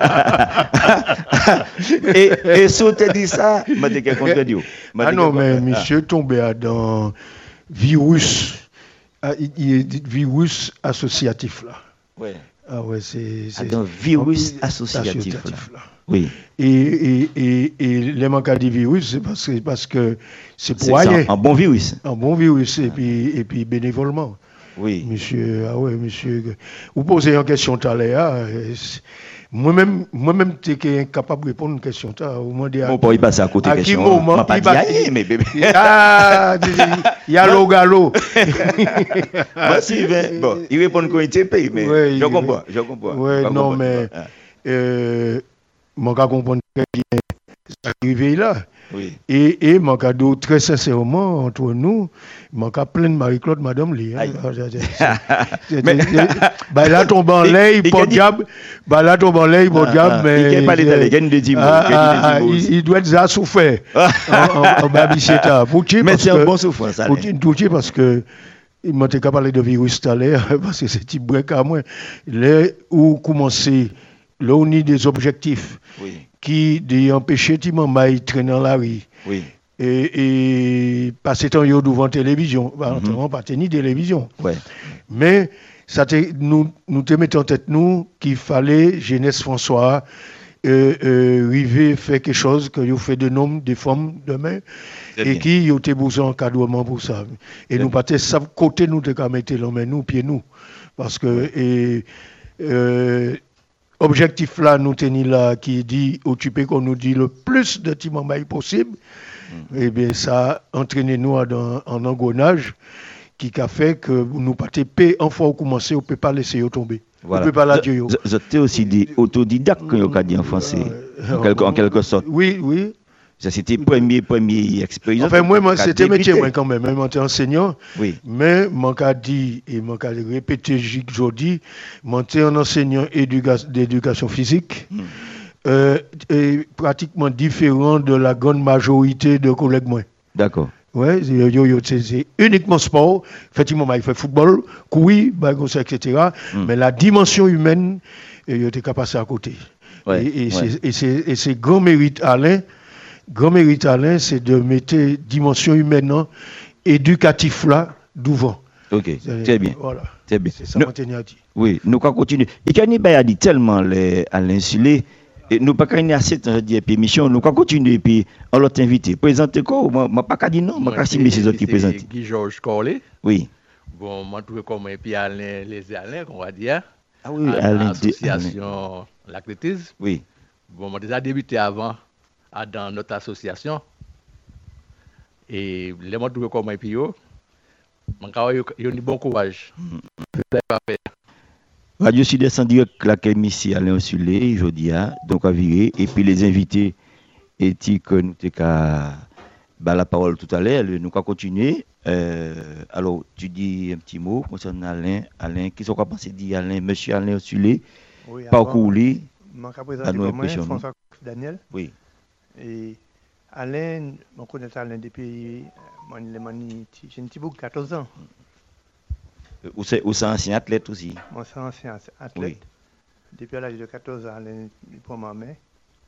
et, et si on te dit ça, je vais te contredire. Ah non, mais monsieur tombé à dans virus, ah, il il est virus associatif là. Ouais. Ah ouais, c'est. Ah, c'est- dans virus en- associatif, là. là. Oui. Et, et, et, et les manques de virus, c'est parce que, parce que c'est C'est pour ça, aller. un bon virus. Un bon virus, et puis, et puis bénévolement. Oui. Monsieur, ah ouais, monsieur, vous posez une question tout à l'heure. euh, c'est- Moi-même, moi-même, tu es incapable de répondre à une question. Vous me dites, Bon, pour y passer à côté à de qui question. moment On m'a pas il dit va- rien, mais bébé. Ah, il y a l'eau galop. Moi, si, ben, bon, il répond qu'on était payé, mais Ouais, je il- comprends, je comprends. Ouais, Je non, comprends. mais Ah, euh, mon gars comprend très bien ce qui est arrivé là. oui. Et, et mon cadeau, très sincèrement, entre nous, mon cas plein de Marie-Claude, Madame Lee. Hein. Aïe. Ah, c'est- c'est- c'est- c'est- bah là, tombe en l'air, Il- pas il- diable. Bah là, tombe en l'air, pas Ah, diable, ah, mais. il n'est pas l'état, il y a une de dix mots, Ah, il y a une de ah, dix mots il, aussi. il doit être ça souffert. en, en, en babysitter. Pour qui, Mais parce c'est un que- bon souffrance, ça. pour qui- pour qui, parce que. Il m'a été parlé de virus tout à l'heure, parce que c'est petit break à moi. Là où commencer là on a des objectifs Oui. qui d'empêcher Timon Maï traîner dans la rue. Oui. Et, et passer temps yo devant télévision, Mhm. pas tenir télévision. Ouais. Mais ça te, nous nous te mettons en tête nous qu'il fallait jeunesse François euh, euh, river faire quelque chose que vous fait de nombre des femmes demain Très et bien. qui y été besoin encadrement pour ça. Et Très nous bien. pas ça côté nous de mettre l'homme mais nous pieds nous parce que et euh, objectif là nous tenir là qui dit occuper qu'on nous dit le plus de timambaï possible. Eh bien, ça a entraîné nous dans un engrenage qui a fait que nous pas paix en fois commencer, on peut pas laisser tomber. Voilà. On peut pas la tuer. Vous êtes aussi des autodidactes, comme on dit en français, en quelque, en quelque sorte. Oui, oui. Ça, c'était premier, premier expérience. Enfin, moi, moi qu'a c'était métier débuté. moi, quand même, même en tant enseignant. Oui. Mais, mon cas dit, et mon cas répété aujourd'hui, mon un enseignant éduca- d'éducation physique. Hmm. Euh, est pratiquement différent de la grande majorité de collègues moi. D'accord. Ouais, c'est- yo, yo, c'est c'est uniquement sport. Effectivement, bah, il fait football, courir, bah, comme ça, et cetera. Mm. Mais la dimension humaine, il était capable de passer à côté. Ouais, et, et ouais. c'est- et c'est et c'est grand mérite Alain, grand mérite Alain, c'est de mettre dimension humaine, non, éducatif là, devant. Ok, C'est- très bien. Voilà. Très bien. C'est ça, Nous- moi, tenir à dire. Oui, nous allons continuer. Et quand il a dit tellement les, à l'insulé, et nous pas quand assez de temps de dire émission, nous allons continuer et puis on l'a invité. Présentez quoi? Moi, moi pas qu'à dire non, moi qu'à si ces autres qui présentent. Guy Georges Corley. Oui. Bon, moi, je trouve comme et puis Alain, les Alain, on va dire. Ah oui, à Alain de- Alain. l'association L'athlétisme. Oui. Bon, moi, déjà débuté avant à, dans notre association. Et les mots de comme et puis yo, mon gars, il y a un bon courage. C'est pas fait. Radio Sud-Est en direct, la ici Alain Sulé, jeudi, donc à virer. Et puis les invités, et que nous t'avons bah, la parole tout à l'heure, nous allons continuer. Euh, alors, tu dis un petit mot concernant Alain. Alain, qu'est-ce qu'on pense dire Alain, monsieur Alain Sulé, Oui, parcours lui. Je vais à présenter nous moi, impressionner. François Daniel. Oui. Et Alain, on connaît Alain depuis, moi, il est mani- j'ai un petit bout de quatorze ans. Ou c'est ou c'est ancien athlète aussi. Moi, c'est un ancien athlète. Depuis à l'âge de quatorze ans, Alain il prend ma main.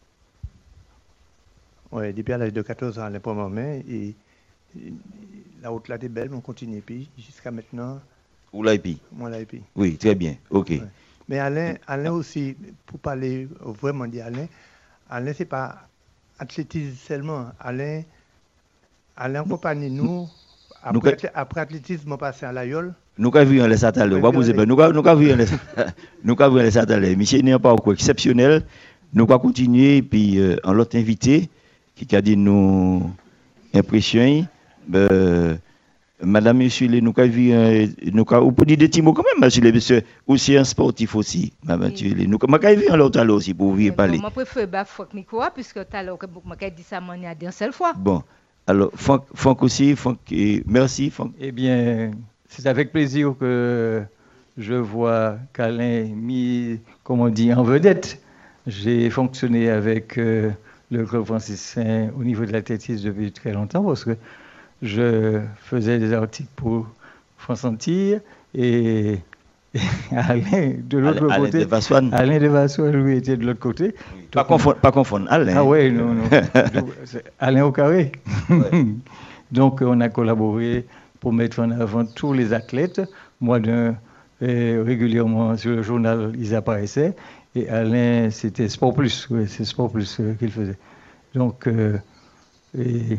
Oui, depuis à l'âge de quatorze ans, Alain prend ma main. Et, et la route là est belle, on continue. Puis jusqu'à maintenant, Ou l'I P. moi, là, et puis. Oui, très bien. Ok. Ouais. Mais Alain, Alain aussi, pour parler vraiment d'Alain, Alain, c'est pas athlétisme seulement. Alain, Alain accompagne nous. Nous, Après, athé- après athlétisme, on passe à l'Aïol. Nous avons vu un laissé à l'heure. Nous avons vu un laissé Nous avons vu un laissé à l'heure. Monsieur n'est pas encore exceptionnel. Nous allons continuer. Et puis, euh, on l'autre invité qui a dit nous impressionner. Euh, Madame, monsieur, nous avons vu un. Nous avons dit des petits mots quand même, monsieur, monsieur, aussi un sportif aussi. Madame, monsieur, nous avons vu un l'autre à l'heure aussi pour vous parler. Moi, je préfère bafouer le micro, puisque tout à l'heure, je dit ça, moi, il d'une seule fois. Bon. Alors, Franck, Franck aussi, Franck, et merci, Franck. Eh bien, c'est avec plaisir que je vois qu'Alain mis, comme on dit, en vedette. J'ai fonctionné avec euh, le club franciscain au niveau de l'athlétisme depuis très longtemps parce que je faisais des articles pour France Antille et, et Alain de l'autre Alain- Alain côté. de Vassoine. Alain de Vassoine, lui, était de l'autre côté. Pas confondre, pas confondre. Alain. Ah ouais, non, non. C'est Alain au carré. Ouais. Donc, on a collaboré pour mettre en avant tous les athlètes. Moi, d'un, euh, régulièrement sur le journal, ils apparaissaient. Et Alain, c'était Sport Plus. Oui, c'est Sport Plus euh, qu'il faisait. Donc, euh, et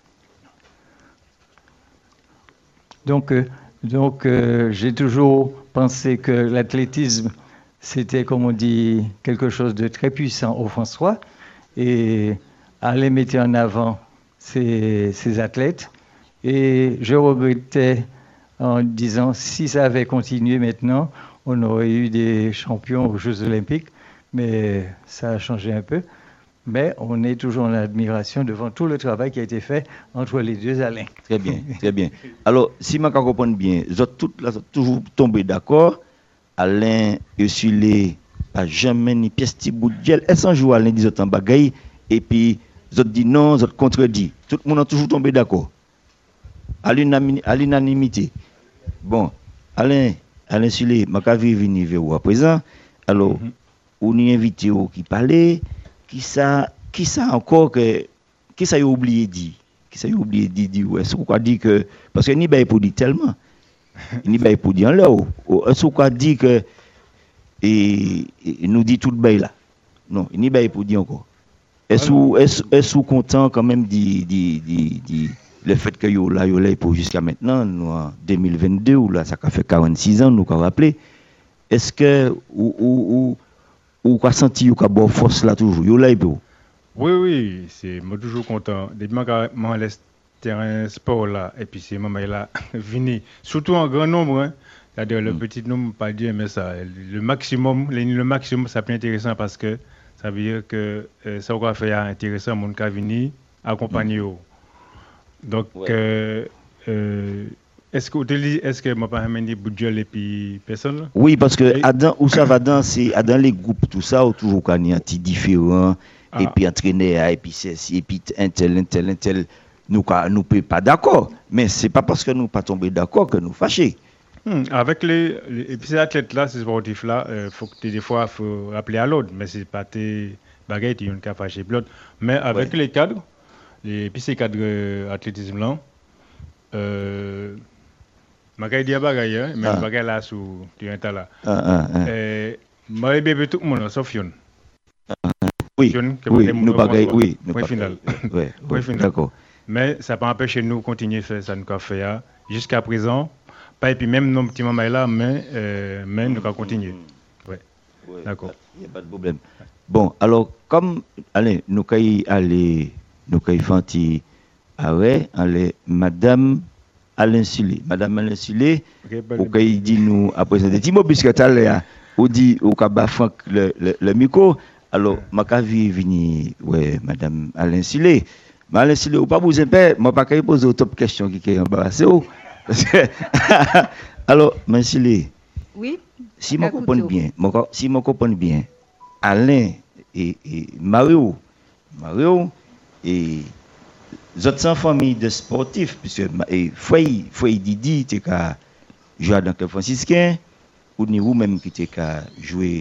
donc, euh, donc euh, j'ai toujours pensé que l'athlétisme, c'était, comme on dit, quelque chose de très puissant au François. Et Alain mettait en avant ses, ses athlètes. Et je regrettais en disant, si ça avait continué maintenant, on aurait eu des champions aux Jeux Olympiques. Mais ça a changé un peu. Mais on est toujours en admiration devant tout le travail qui a été fait entre les deux Alain. Très bien, très bien. Alors, si je comprends bien, vous êtes toutes là, vous êtes toujours tombés d'accord. Alain Usulé pas jamais ni pièce petit bout de gel. Est-ce un jour Alain dit en bagaille et puis vous avez dit non, vous avez contredit. Tout le monde a toujours tombé d'accord. À l'unami- à l'unanimité. Bon, Alain, Alain Usulé, je vais venir vers vous à présent. Alors, on y invité qui parlait, qui ça, qui ça encore que, qui ça y a oublié dit, qui ça y a oublié dit, dit ouais, c'est quoi dit que, parce que ni ben pour dire tellement, ni ben pour dire là, c'est quoi dit que, et, et nous dit tout le bail là, non, ni ben pour dire encore. Est-ce que est-ce est-ce content quand même dit dit dit dit le fait que yo là yo là pour jusqu'à maintenant nous en deux mille vingt-deux ou là ça fait quarante-six ans nous qu'a rappelé est-ce que ou ou ou ou qu'a senti ou qu'a bonne force là toujours yo là pour oui oui c'est moi toujours content depuis moi laisse terrain sport là et puis c'est maman là vini surtout en grand nombre hein. C'est-à-dire le mm. petit nombre pas dire mais ça le maximum le, le maximum ça peut intéressant parce que ça veut dire que euh, ça va faire intéressant mon cas venir accompagner mm. Donc, ouais. euh, euh, est-ce que est-ce que moi pas amené budget et puis personne? Oui, parce que Adam où ça va dans c'est dans les groupes tout ça toujours qu'on y a petit différent ah. et puis entraîner et puis c'est et puis un tel un tel un tel nous nous peut pas d'accord, mais c'est pas parce que nous pas tomber d'accord que nous fâchés. Hmm, avec les, les et puis ces athlètes là, ces sportifs là, euh, faut que des fois faut rappeler à l'autre, mais c'est pas tes bagailles qui ont qu'à fâcher l'autre, mais avec ouais. les cadres et puis ces cadres euh, athlétisme là euh ma dire bagaille hein mais ah. bagaille là sous tu es là ah, ah, ah. euh moi bébé tout le monde sauf Yon ah, oui Yon, oui nous bagaille oui point final ouais, point final d'accord mais ça pas empêcher nous continuer faire ça nous qu'a fait jusqu'à présent pas et puis même nos petits mamans là mais euh, mais nous qu'a continuer ouais, ouais d'accord il y a pas de problème bon alors comme allez nous qu'a aller nous qu'a fait arrêt allez madame Alain Silé madame Alain Silé au cas il dit nous après ça dit puisque tu as ou dit au cas Franck le, le, le micro alors ma ca vie venir ouais madame Alain Silé mais Alain Silé ou pas vous impé moi pas qu'à poser top question qui est embarrassé alors Alain Silé oui si moi comprends bien moi si moi comprends bien Alain et, et Mario Mario et les autres familles de sportifs, puisque Foy, Foy Didi, tu as joué dans le franciscain, ou ni vous-même qui tu as joué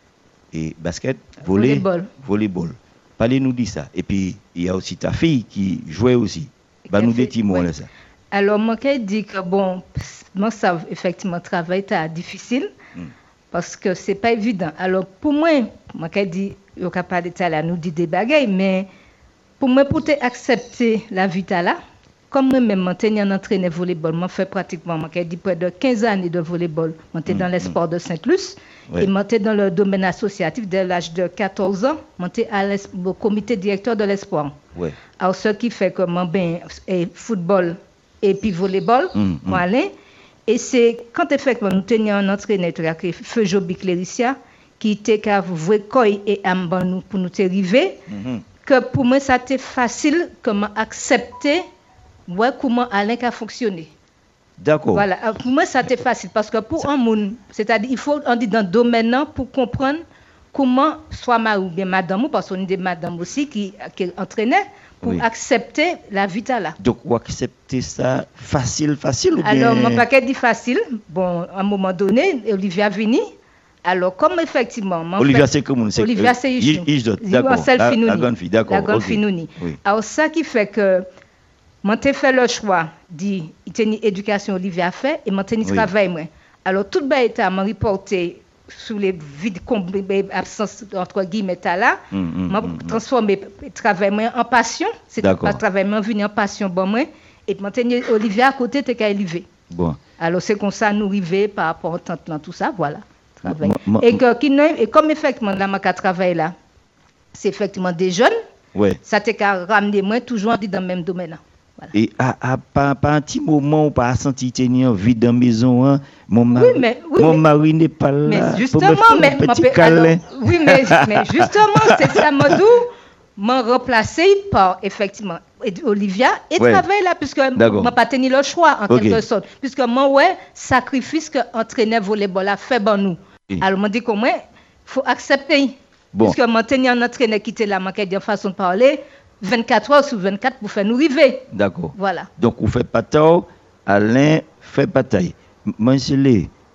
et basket, volley, volleyball. volleyball. Parlez-nous de ça. Et puis, il y a aussi ta fille qui jouait aussi. Bah, nous des témoins là ça. Alors, moi, je dis que bon, moi, ça, effectivement, travail est difficile, mm. parce que ce n'est pas évident. Alors, pour moi, moi, je dis, il n'y a pas de ça là, nous dit des bagailles, mais pour moi, pour accepter la vie là, comme moi-même, je suis entraîné volleyball, je fais pratiquement dit près de quinze années de volleyball. Je suis dans les sports de Saint-Luce ouais. et je suis dans le domaine associatif dès l'âge de quatorze ans. Je suis au comité directeur de l'espoir. Ouais. Alors, ce qui fait que je ben, football et puis volleyball, mm, moi, mm. Et c'est quand effectivement nous tenions un entraîneur, Feu Jobi Cléricia, qui était qu'à vous Koy et Amban pour nous arriver. Mm-hmm. Que pour moi, ça a été facile comment accepter ouais, comment Alain a fonctionné. D'accord. Voilà. Pour moi, ça a été facile parce que pour ça... un monde, c'est-à-dire il faut on dit dans le domaine pour comprendre comment soit ma ou bien madame, parce qu'on est des madames aussi qui, qui entraînaient pour oui. accepter la vie là. Donc, vous accepter ça facile, facile ou bien... Alors, mon paquet dit facile. Bon, à un moment donné, Olivia Vini. Alors, comme effectivement... Olivia, c'est comme c'est Olivia, c'est Ijdot. D'accord. La, la grande fille, d'accord. La grande okay. fille, oui. Alors, ça qui fait que... Moi, j'ai fait le choix d'y tenir éducation Olivia fait et moi, j'ai oui. travail. Moi. Alors, tout le état m'a reporté sous les vides absences, entre guillemets, là. Je mm, mm, mm, transformé le travail en passion. C'est pas le travail, mais venu en passion. Bon, moi, et moi, j'ai Olivia à côté, t'es qu'à élever. Bon. Alors, c'est comme ça, nous arrivons par rapport au temps tout ça, voilà. Ma, et, que, qui, et comme effectivement, là, ma travail là, c'est effectivement des jeunes, ouais. ça t'a qu'à ramener moi toujours dans le même domaine. Voilà. Et à, à, pas, pas un petit moment où pas senti tenir vide dans la maison, hein, mon mari, oui, mais, oui, mon mais, mari n'est pas là. Mais justement, mais, petit alors, oui, mais, mais justement, c'est ça, Modou m'a remplacé par effectivement Olivia et ouais. travaille là, puisque m'a pas tenu le choix en okay. quelque sorte, puisque moi, ouais, sacrifice que entraîneur volleyball a fait pour nous. Oui. Alors, m'a dit que moi, il faut accepter. Bon. Puisque m'a tenu un entraîneur qui était là, m'a dit en façon de parler. vingt-quatre heures sur vingt-quatre pour faire nous arriver. D'accord. Voilà. Donc, vous faites pas tort, Alain fait bataille. Monsieur,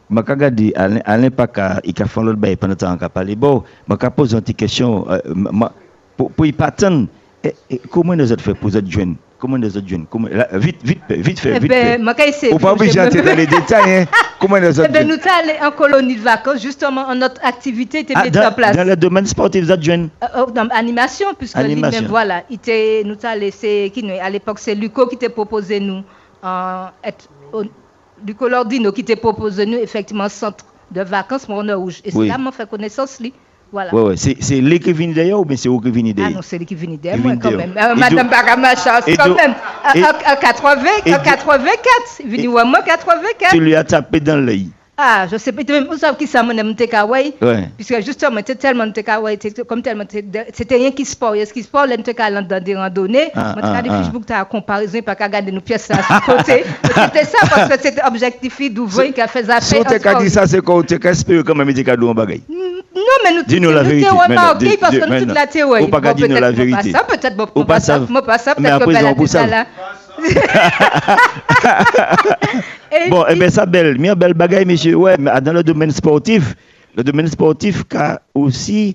Je regarde Alain, Alain Paka, il a fait l'autre bail pendant temps qu'il a parlé. Bon, je vais poser une petite question. Euh, ma, pour pour y pas attendre, eh, eh, comment nous autres fait pour être jeunes? Comment nous autres jeunes? Comment, là, vite, vite, vite fait, vite fait. On ne pas obligé d'entrer dans les détails. Hein. Comment nous autres? Eh ben, nous sommes allés en colonie de vacances, justement, notre activité était ah, mise en place. Dans le domaine sportif, vous êtes jeunes? Euh, dans l'animation, puisque lui-même, voilà, il était, nous allés, c'est, qui, à l'époque, c'est Luco qui t'a proposé nous, euh, être, au, Luco Lordino qui t'a proposé nous, effectivement, centre de vacances Morne Rouge. Et oui. C'est là qu'on fait connaissance, lui. Voilà. Ouais, ouais. C'est, c'est lui qui vient d'ailleurs ou bien c'est vous qui venez d'ailleurs? Ah non, c'est lui qui vient d'ailleurs, moi, quand même. Euh, Madame Bagamachas, quand do, même. En quatre-vingt-quatre, il vient moi quatre-vingt-quatre. Tu lui as tapé dans l'œil. Ah, je sais pas, vous savez qui ça, mon ami Tekawai? Ouais. Puisque justement, c'était tellement Tekawai, comme tellement, c'était rien qui sport. Est-ce qu'il sport, là, nous sommes dans des randonnées. Ah, moi, ah, des ah. Facebook, tu as comparaison, pas qu'à garder nos pièces là, sur côté. C'était ça, parce que c'était objectif d'ouvrir, qui a fait affaire. Si on t'a dit ça, c'est quoi? Tu as espéré quand même, tu as dit en bagaille. Non, mais nous, dis-nous la vérité. Remarqué, parce que nous, toute la théorie. Ou pas qu'à dire la vérité. Ça, peut-être, bon, pas ça, pas ça, peut-être que Bella ça là. Bon, eh bien, ça belle, bien belle bagaille, monsieur. Ouais, mais dans le domaine sportif, le domaine sportif a aussi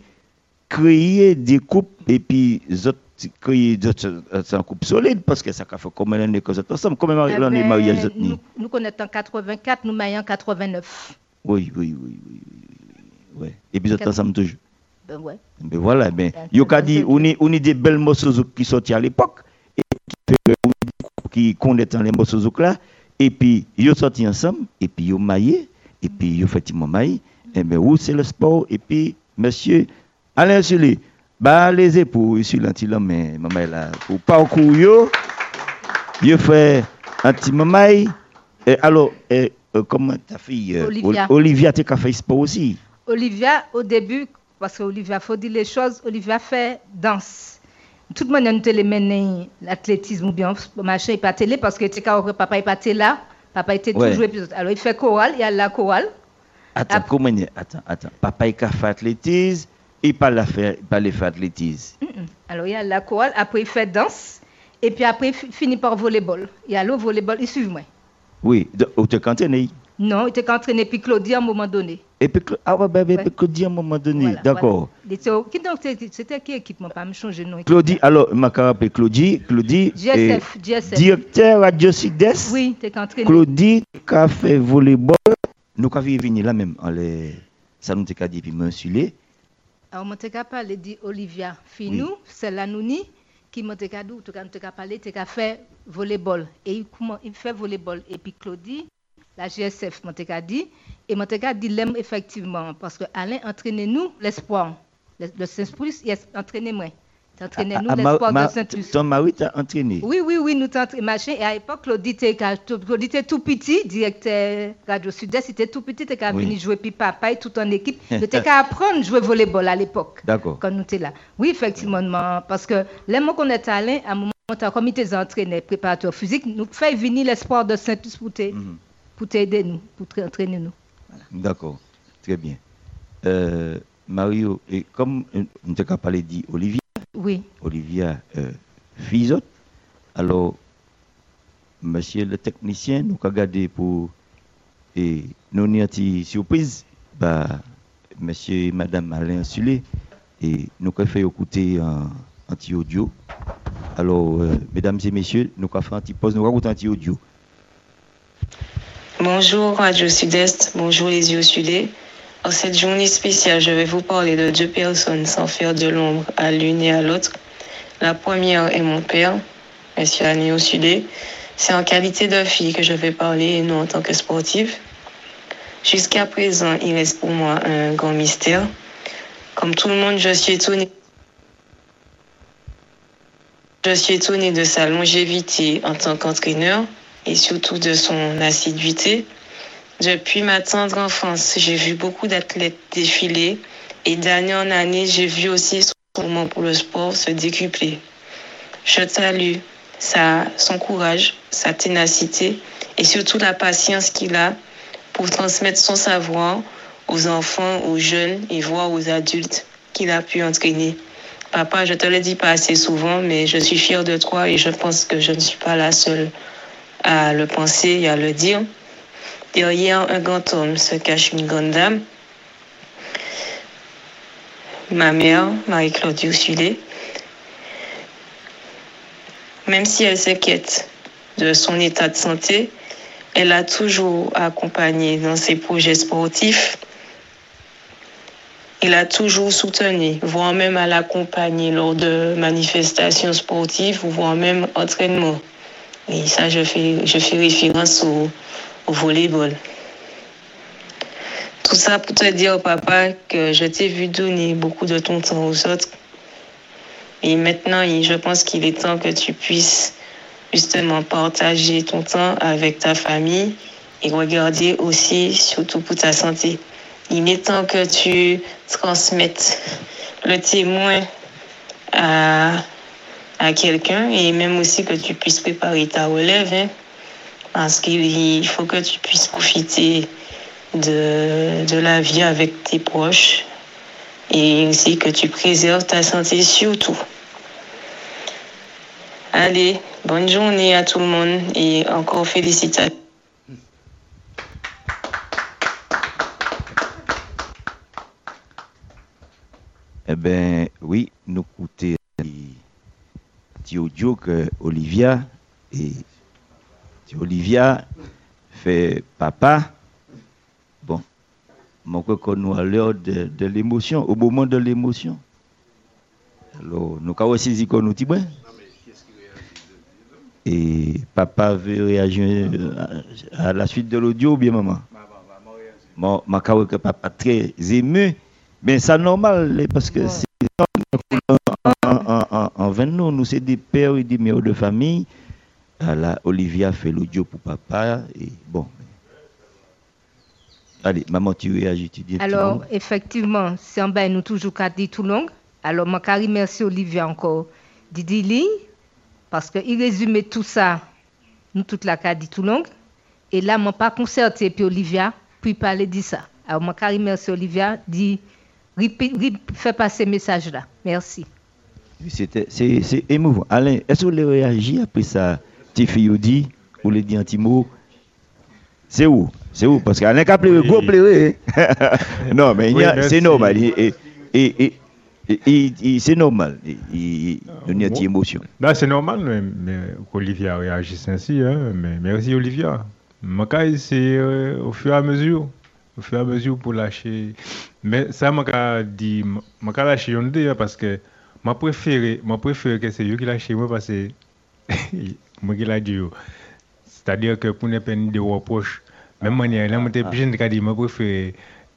créé des coupes et puis autres créé d'autres coupes solides parce que ça a fait combien d'années que vous êtes ensemble? Combien eh d'années mariage vous êtes? Nous, nous connaissons en quatre-vingt-quatre, nous marions en quatre-vingt-neuf. Oui, oui, oui, oui, oui. Ouais. Et puis vous êtes ensemble toujours. Ben ouais. Ben voilà, ben, il y a dit, on est, on est des belles morceaux qui sortent à l'époque et qui fait que qui connaissent les morceaux là. Et puis, ils sont sortis ensemble, et puis ils ont maillé, et puis ils ont fait un maillé. Et bien, où c'est le sport? Et puis, monsieur, allez sur les, bah, les épaules, sur l'antilhomme, mais maman là, pour parcours, yo, ils ont fait un petit maille. Et alors, et, euh, comment ta fille, euh, Olivia, Olivia tu as fait sport aussi? Olivia, au début, parce qu'Olivia, il faut dire les choses, Olivia fait danse. Tout le monde a nous les mené l'athlétisme ou bien machin, il pas télé parce que papa n'est pas là, papa était ouais. toujours épisode. Alors il fait chorale, il y a la chorale. Attends, Après, comment attends, attends, papa il fait athlétisme, il pas la faire, pas les faire athlétisme. Mm-mm. Alors il y a la chorale, après il fait danse et puis après il finit par volleyball. Il y a le volleyball, il suit moi. Oui, ou tu entraîné? Non, il était entraîné puis Claudie à un moment donné. Et puis ah ouais, ben, ouais. Claudie à un moment donné, voilà, d'accord. Voilà. C'était qui équipement pas me changer non. Claudie, alors ma rappelle Claudie, Claudie. G S F, G S F. Directeur Radio Sud-Est. Oui, t'es entraîné. Claudie qui a fait volleyball. Nous avons venu là même, les... ça nous a dit puis mensuler. Alors moi t'ai parlé dit Olivia, fille nous, oui. C'est la nouni qui m'a dit cadeau, tu as parlé, tu as fait volleyball et il comment il fait volleyball et puis Claudie la G S F, Montega dit, et Montega dit l'aime effectivement, parce que Alain entraînait nous l'espoir. Le, le Saint-Plus, il a entraîné moi. Il a entraîné nous l'espoir de Saint-Plus. Ton mari t'a entraîné? Oui, oui, oui, nous t'entraîné, machin. Et à l'époque, Claudie était tout petit, directeur Radio Sud-Est, il était tout petit, il était oui. Venu jouer, puis papa, et tout en équipe. Il était qu'à apprendre à jouer volleyball à l'époque. D'accord. Quand nous étions là. Oui, effectivement, parce que les mots qu'on était Alain, à un moment, comme il était entraîné, préparateur physique, nous fait venir l'espoir de Saint-Plus pour t'aider. Mm-hmm. Pour t'aider nous, pour entraîner nous. Voilà. D'accord, très bien. Euh, Mario, et comme on t'a parlé d'Olivia, oui. Olivia euh, Fizot, alors, monsieur le technicien, nous avons gardé pour et nous avons une surprise, bah, monsieur et madame Alain Sulé, et nous avons fait écouter un anti-audio. Alors, euh, mesdames et messieurs, nous avons fait un petit pause, nous avons écouté un anti-audio. Bonjour Radio Sud-Est, bonjour les yeux sudés. En cette journée spéciale, je vais vous parler de deux personnes sans faire de l'ombre à l'une et à l'autre. La première est mon père, monsieur Anéo Sudé. C'est en qualité de fille que je vais parler et non en tant que sportive. Jusqu'à présent, il reste pour moi un grand mystère. Comme tout le monde, je suis étonnée. Je suis étonnée de sa longévité en tant qu'entraîneur et surtout de son assiduité. Depuis ma tendre enfance, j'ai vu beaucoup d'athlètes défiler et d'année en année, j'ai vu aussi son amour pour le sport se décupler. Je salue sa, son courage, sa ténacité et surtout la patience qu'il a pour transmettre son savoir aux enfants, aux jeunes et voire aux adultes qu'il a pu entraîner. Papa, je te le dis pas assez souvent, mais je suis fière de toi et je pense que je ne suis pas la seule à le penser et à le dire. Derrière un grand homme se cache une grande dame. Ma mère, Marie-Claude Ursule, même si elle s'inquiète de son état de santé, elle a toujours accompagné dans ses projets sportifs. Elle a toujours soutenu, voire même à l'accompagner lors de manifestations sportives, voire même entraînement. Et ça, je fais, je fais référence au, au volleyball. Tout ça pour te dire, papa, que je t'ai vu donner beaucoup de ton temps aux autres. Et maintenant, je pense qu'il est temps que tu puisses justement partager ton temps avec ta famille et regarder aussi, surtout pour ta santé. Il est temps que tu transmettes le témoin à, à quelqu'un et même aussi que tu puisses préparer ta relève, hein, parce qu'il faut que tu puisses profiter de, de la vie avec tes proches et aussi que tu préserves ta santé surtout. Allez, bonne journée à tout le monde et encore félicitations. Eh bien, oui, nous écoutons petit audio que Olivia et Olivia fait papa. Bon, moi, quand nous à l'heure de, de l'émotion, au moment de l'émotion. Alors, nous avons saisi qu'on nous dit, ouais. Et papa veut réagir à la suite de l'audio ou bien maman? Moi, je crois que papa très ému. Mais c'est normal, parce que ouais. c'est en, en, en, en vingt nous, nous sommes des pères et des mères de famille. Là, Olivia fait l'audio pour papa. Et bon. Allez, maman, tu réagis, tu dis. Alors, effectivement, c'est en bas, nous toujours qu'à dire tout long. Alors, je remercie Olivia encore. Didi Li, parce qu'il résume tout ça, nous toute la cas dit tout long. Et là, je n'ai pas concerté, puis Olivia, puis parler de ça. Alors, je remercie Olivia, dit. Fais passer ce message-là. Merci. C'était, c'est, c'est émouvant. Alain, est-ce que vous voulez réagir après ça? Tes filles dit, ou les dit un petit mot? C'est où? C'est où? Parce qu'Alain a pleuré, gros pleuré. Non, mais oui, a, c'est normal. Et, et, et, et, et, c'est normal. Il y a une petite émotion. Bah, c'est normal, mais, mais qu'Olivia réagisse ainsi. Hein, mais merci, Olivia. Macaille, c'est euh, au fur et à mesure. Au fur et à mesure pour lâcher. Mais ça, je dit, je lâcher Yondé parce que je préfère, je préfère que c'est eux qui lâchent moi parce que moi qui l'a dit. C'est-à-dire que pour ne pas de reproches, même manière, là, je suis jeune, je préfère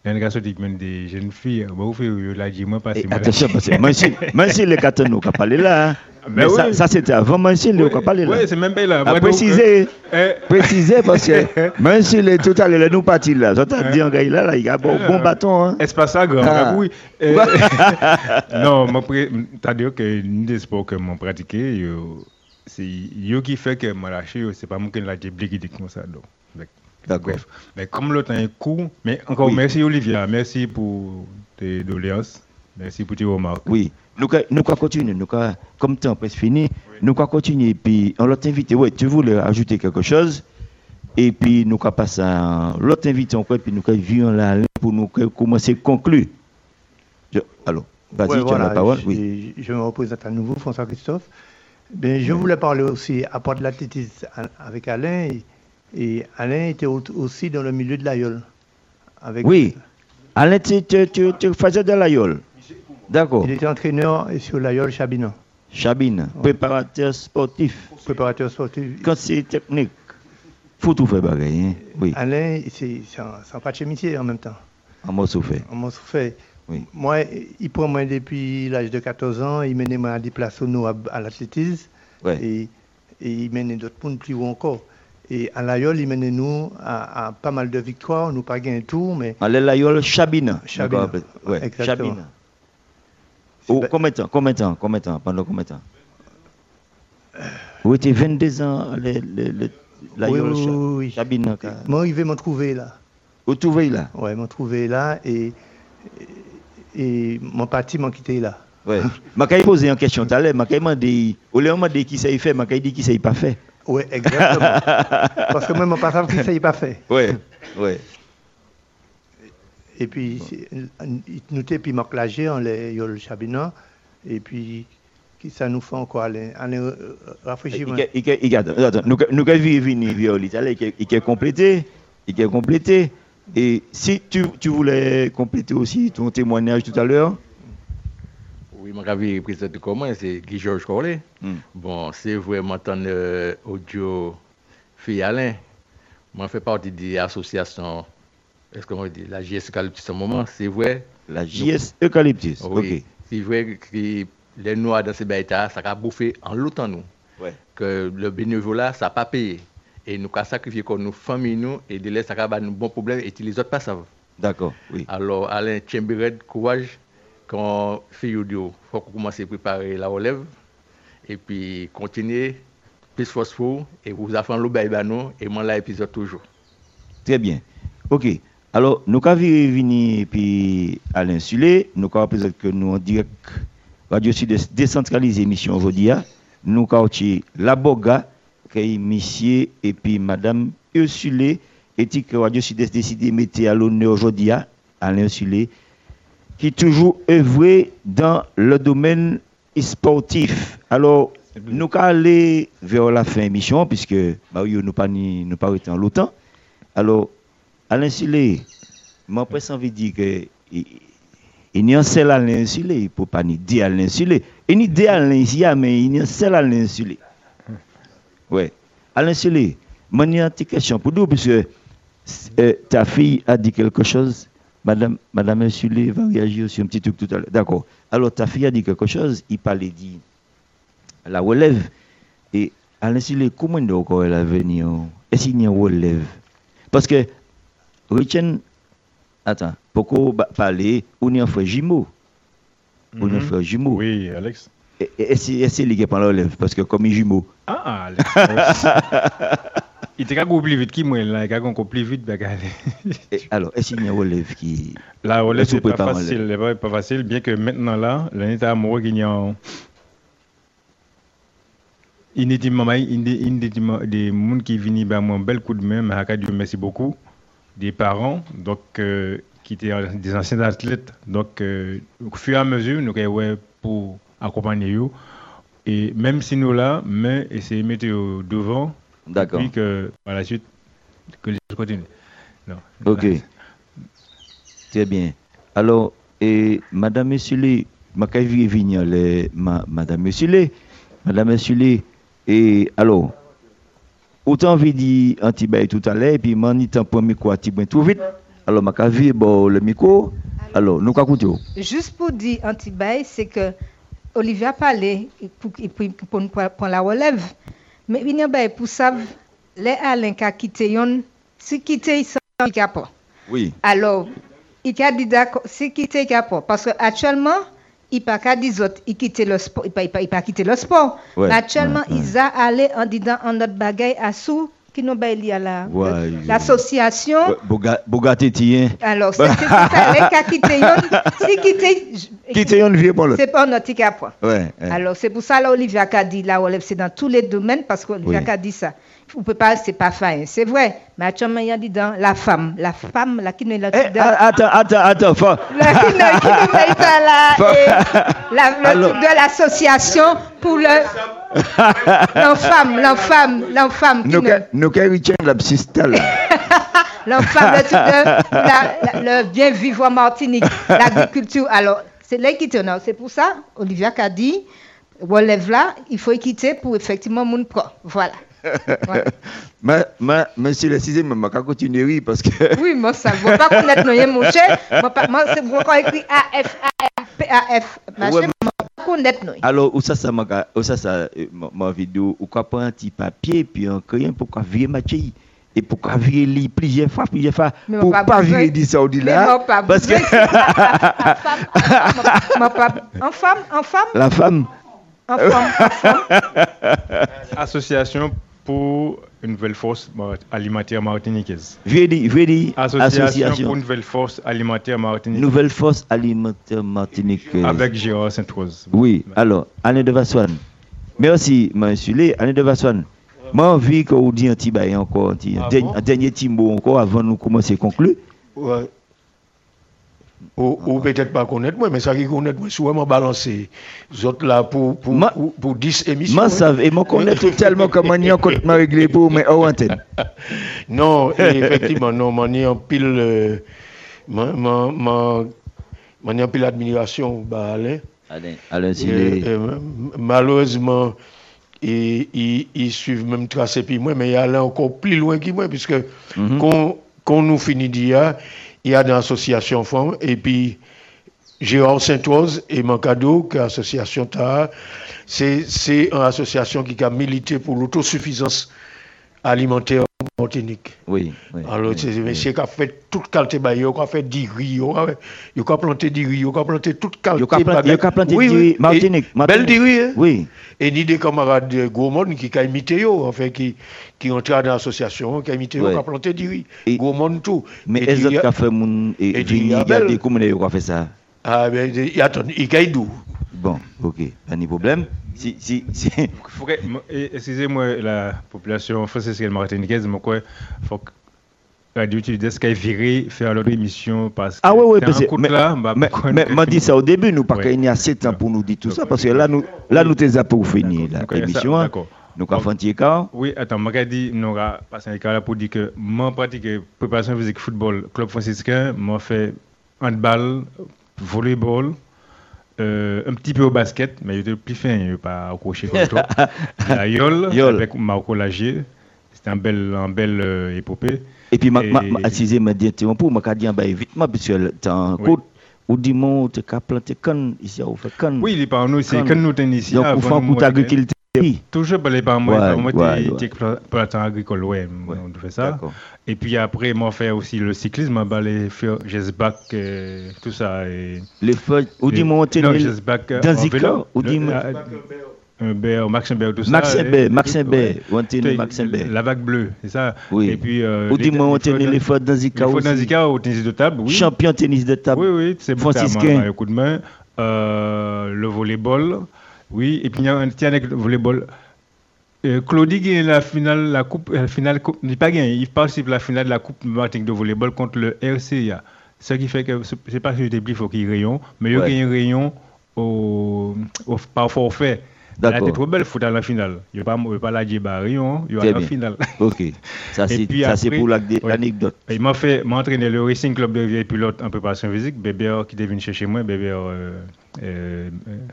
des jeunes filles, je préfère la dire moi parce que. Attention, parce que même si les quatre nous qui parlé là, mais oui. ça, ça c'était avant même si les qui parlé là. Oui, c'est même pas là. À préciser, euh, préciser parce que même si les tout à l'heure nous partis là, j'entends dire gars là, il y a un bon, bon bâton. Hein. Est-ce pas ça, grand? Ah. Oui. Euh, non, c'est-à-dire que les sports que je pratiqué, c'est eux qui fait que je lâché, c'est pas moi qui l'a dit comme ça. Donc. Bref, mais comme le temps est court, mais encore oui. Merci Olivia, merci pour tes doléances, merci pour tes remarques. Oui, nous nous continuer, nous comme le temps est presque fini, oui. Nous continuer, puis on l'a invité, ouais, tu voulais ajouter quelque chose, et puis nous passer à l'autre invité encore, puis nous venons là pour nous commencer à conclure. Je, alors, vas-y, ouais, tu voilà, as la parole. Je, oui. je me représente à nouveau, François Christophe. Ben, je oui. voulais parler aussi à part de l'athlétisme avec Alain. Et, Et Alain était aussi dans le milieu de l'aïeul. Avec... Oui, Alain, tu, tu, tu, tu faisais de l'aïeul. D'accord. Il était entraîneur sur l'aïeul Chabina. Chabina, ouais. Préparateur sportif. Préparateur sportif. Quand c'est technique, il faut tout faire bagaille. Hein? Oui. Alain, c'est un pas de métier en même temps. En m'a souffert. En m'a souffert. Oui. Moi, il prend moi depuis l'âge de quatorze ans, il menait moi à des places au à, à l'athlétisme. Ouais. Et, et il menait d'autres points plus haut encore. Et à l'Aïol, il menait nous à, à pas mal de victoires, nous pas gagné tout, mais... À l'Aïol, Chabina. Chabina, ouais, exactement. Chabina. Oh, combien de temps, combien de temps, combien de temps, pendant combien de temps Vous étiez vingt-deux ans, l'Aïol, oui, oui, oui. Chabina. Moi, il veut m'en trouver là. Vous trouvez là? Oui, m'en trouver là, et, et, et mon parti m'a quitté là. Oui. Je vais poser une question tout à l'heure, je vais demander, au lieu de demander qui ça y fait, je vais dire qui ça y pas fait. Oui, exactement. Parce que moi, je ne sais pas qui ça y pas fait. Oui. Ouais. Et puis, nous t'es puis m'enclager en les le chabinon. Et puis, qui ça nous fait encore aller rafraîchir. Il attends, nous nous venir vers l'Italie, il est complété, il est complété. Et si tu, tu voulais compléter aussi ton témoignage tout à l'heure. Oui, mon avis président comment c'est Guy Georges Corley. Mm. Bon, c'est vraiment ton euh, audio fille Alain. Moi, je fais partie de l'association, est-ce qu'on dit, la J S Eucalyptus en moment, c'est vrai. La J S Eucalyptus, oui, ok. C'est vrai que les Noirs dans ces bêtas, ça a bouffé en longtemps nous. Ouais. Que le bénévolat, ça n'a pas payé. Et nous avons sacrifié comme nos familles, nous, et de laisser ça a un bon problème, et les autres pas savent. D'accord, oui. Alors, Alain, Tchembired, courage, quand fait audio, il faut qu'on commence à préparer la relève, et puis continuer, plus phosphore, et vous avez fait l'eau, et moi, l'épisode toujours. Très bien. Ok. Alors, nous avons venir puis à l'insulé, nous avons peut-être que nous en direct Radio Sud-Est décentralisée émission aujourd'hui, nous avons la Boga, qui est monsieur et puis madame Ursulé, et que Radio Sud-Est décidé de mettre à l'honneur aujourd'hui à l'insulé, qui toujours œuvré dans le domaine sportif. Alors, nous allons aller vers la fin de l'émission, puisque Mario nous pas nous pas été en longtemps. Alors, Alain Sulé, mon presque envie de dire que il n'y a un seul Alain Sulé, il ne peut pas ni dire Alain Sulé. Il n'y a pas Alain Sulé, mais il n'y a un seul Alain Sulé. Oui. Alain Sulé, moi, il y a une petite question pour vous, parce que euh, ta fille a dit quelque chose. Madame, Madame Sulé va réagir sur un petit truc tout à l'heure. D'accord. Alors, ta fille a dit quelque chose, il parlait dit la relève. Et Alain Sulé, comment est-ce qu'elle va venir? Est-ce qu'il y a une relève? Parce que, Richard, attends, pourquoi parler, on est un frère jumeau. On est un frère jumeau. Oui, Alex. Est-ce qu'il y a pas la relève? Parce que comme il est jumeau. Ah, Alex. Il était encore plus vite qu'il moi, il était encore plus vite. Alors, est-ce qu'il y a une relève qui. La relève, c'est pas facile, c'est pas facile, bien que maintenant, là, l'année amoureux, il y a. Il y a des gens qui viennent à moi un bel coup de main, mais Dieu merci beaucoup. Des parents, donc, euh, qui étaient des anciens athlètes. Donc, euh, au fur et à mesure, nous avons pour accompagner eux. Et même si nous là, mais essayer de mettre devant. D'accord. Puis que par la suite, que les autres continuent. Non. Ok. Très bien. Alors, et Madame Messulé, ma caille venir les Madame Messulé, Madame Messulé, et alors, autant envie dire anti-bail tout à l'heure, et puis m'en dit un premier quoi, anti-bail tout vite. Alors, ma caille bon le micro. Alors, nous qu'écoutons. Juste pour dire anti-bail, c'est que Olivia parlait pour, pour, pour, pour, pour la relève. Mais il y a pour ça, les Alain qui ont quitté, si quitté, ils sont handicapés. Oui. Alors, il a dit d'accord, si quitté, il pas. Parce qu'actuellement, il n'y a pas des autres, ils quittent le sport. Il n'y a pas quitté le sport. Ouais. Mais actuellement, ouais, ouais. Ils ont allé en disant en notre bagaille à sous. Qui nous lié à la, ouais, l'association. Bogatétien. Alors, c'est ça, les cas qui si qui c'est pas notre cap. Ouais, ouais. Alors, c'est pour ça, là, Olivia a dit, la relève, c'est dans tous les domaines, parce qu'Olivia oui. a dit ça. On peut pas, c'est pas fin, c'est vrai. Mais actuellement, il y a dit dans la femme. La femme, la qui nous l'a dit. Attends, attends, attends. Faut... La qui nous l'a là, de l'association pour le. L'enfant, l'enfant, l'enfant. Nous nous avons la psystale. L'enfant, le truc de la, la, le bien vivre en Martinique, l'agriculture. Alors, c'est là qui non. C'est pour ça, Olivia a dit, relève là, il faut quitter pour effectivement mon pro. Voilà. Ouais. ma, ma, monsieur le sixième, je vais continuer parce que. Oui, moi, ça ne va pas connaître mon cher. Moi, c'est pour écrit A F A M P A F. Alors, où ça, ça m'a ça, ça, ma vidéo, ou quoi prendre un petit papier, puis un crayon pour quoi virer ma chérie. Et pour quoi virer lit plusieurs fois, plusieurs fois, mais pour pas, pas virer du saoudi là. Parce que. En femme, en femme. La femme. En femme, en femme. Association pour une nouvelle force alimentaire martiniquaise. Je dis, je dis, association, association pour une nouvelle force alimentaire martiniquaise. Nouvelle force alimentaire martiniquaise. Avec Gérard Sainte-Rose. Oui, alors, Anne de Vassoine. Merci, monsieur Lé, Anne de Vassoine. Moi, envie que vous dites un petit bail encore, un, petit, Ah un, bon? un dernier petit mot encore avant de nous commencer à conclure. Ouais. Ou, ou peut-être pas connaître moi, mais ça qui connaître moi, souvent balancer. Vous autres là pour, pour, Ma, pour, pour dix émissions. Moi, hein. ça et moi connaître tellement comment on y a complètement réglé pour mais hors antenne. Non, effectivement, non, moi, y a en pile, euh, moi, moi, moi, moi, y a en pile admiration, bah, Alain. Alain, Alain, si Et, les... et, malheureusement, ils, ils, ils suivent même tracé puis moi, mais il y a Alain encore plus loin que moi, puisque Mhm. quand, quand nous finit d'hier, il y a des associations femmes, et puis Gérard Saint-Oise et mon cadeau, qui est l'association T A A, c'est, c'est une association qui a milité pour l'autosuffisance alimentaire en Martinique. Oui, oui. Alors, oui, c'est des oui. messieurs qui ont fait toute qualité, ils ont fait du riz, ils ont planté du riz, ils ont planté toute qualité. Ils ont planté- ils ont planté oui, du oui. riz, Martinique, Et Martinique. Belle du riz, hein? Oui. Et ni des camarades de Gourmand qui ont imité, eux, enfin, qui, qui ont entré dans l'association, qui ont imité, eux, Ouais. qui ont planté du riz. Et- Gourmand, tout. Mais Et les du autres riz- qui ont fait mon et et du Vigny, Yabel. regardez comment ils ont fait ça. Ah, ben, il- attends, il gagne d'où? Bon, ok, pas de problème. Si, si, si. Faudrait- mo- et- Excusez-moi, la population française et martiniquaise, mais quoi, faut que Radio Sud-Est qu'elle viré faire leur émission parce que Ah ouais, ouais, c'est parce un que. coup de Mais, là, bah, mais, pourquoi mais nous- m'a dit ça au début, nous, parce Ouais. qu'il y a sept ans pour nous dire tout Donc, ça, parce que là, nous, là, nous t'es pour finir D'accord. la Donc, émission. ça, hein. d'accord. Nous, avons fait un petit écart. Oui, attends, je dit, nous avons passé un écart là pour dire que moi, pratique préparation physique football, club franciscain, moi, fait handball, volleyball, euh, un petit peu au basket, mais il était plus fin, il n'est pas accroché comme toi. La Yole, Yole. avec Marco Lagier, c'était un bel, un bel euh, épopée. Et puis, ma, Et- ma, ma, excusez, m'a dit, pour moi, dit, bah, vite, moi, parce que le temps Oui. court, ou dit, mon, tu as planté canne, ici, on fait canne. Oui, il est par nous, c'est Quand- quand nous sommes ici. Donc, avant on fait un nous, coup d'agriculture. Toujours par les par moi, Ouais, par moi, ouais, t'es- ouais. t'es pla- plantant agricole, ouais, Ouais. on fait ça. D'accord. Et puis après, moi, faire aussi le cyclisme, bah, les faire Jesbac, euh, tout ça. Et, Les feuilles, ou dit, mon, non, Jesbac euh, dans en Zika, vélo, ou dit, le- euh, un Béar, Maxenberg, tout ça. Maxime et- Bay, Maxime Bay, ouais. ou un tennis Tu sais, Maxime Bay. La vague bleue, c'est ça. Oui. Et puis, euh, Ou dit, les- mon, les tennis fois- les feuilles dans Zika les fois dans aussi. Zika, au tennis de table, oui. Champion tennis de table. Oui, oui, c'est bon, Franciscain. un coup de main. Euh, le volleyball, oui. Et puis, il y a un petit avec le volleyball. Euh, Claudie gagne la finale, la coupe, la finale, coupe, il n'a pas gagné, il participe à la finale de la Coupe Martinique de volleyball contre le R C A. Ce qui fait que, je sais pas si j'étais plus, il faut qu'il y ait rayon, mais il y a Ouais. gagné un rayon au, au, par forfait. Elle a été D'accord. trop belle, il faut dans la finale. Il n'y a pas, il y a pas la djeba rayon, il y Très a la bien. finale. Ok. Ça, Et c'est puis ça, c'est après- pour la- ouais. l'anecdote. Il m'a fait m'entraîner le Racing Club de vieille pilote en préparation physique, bébé qui devait chercher moi, bébé euh, euh,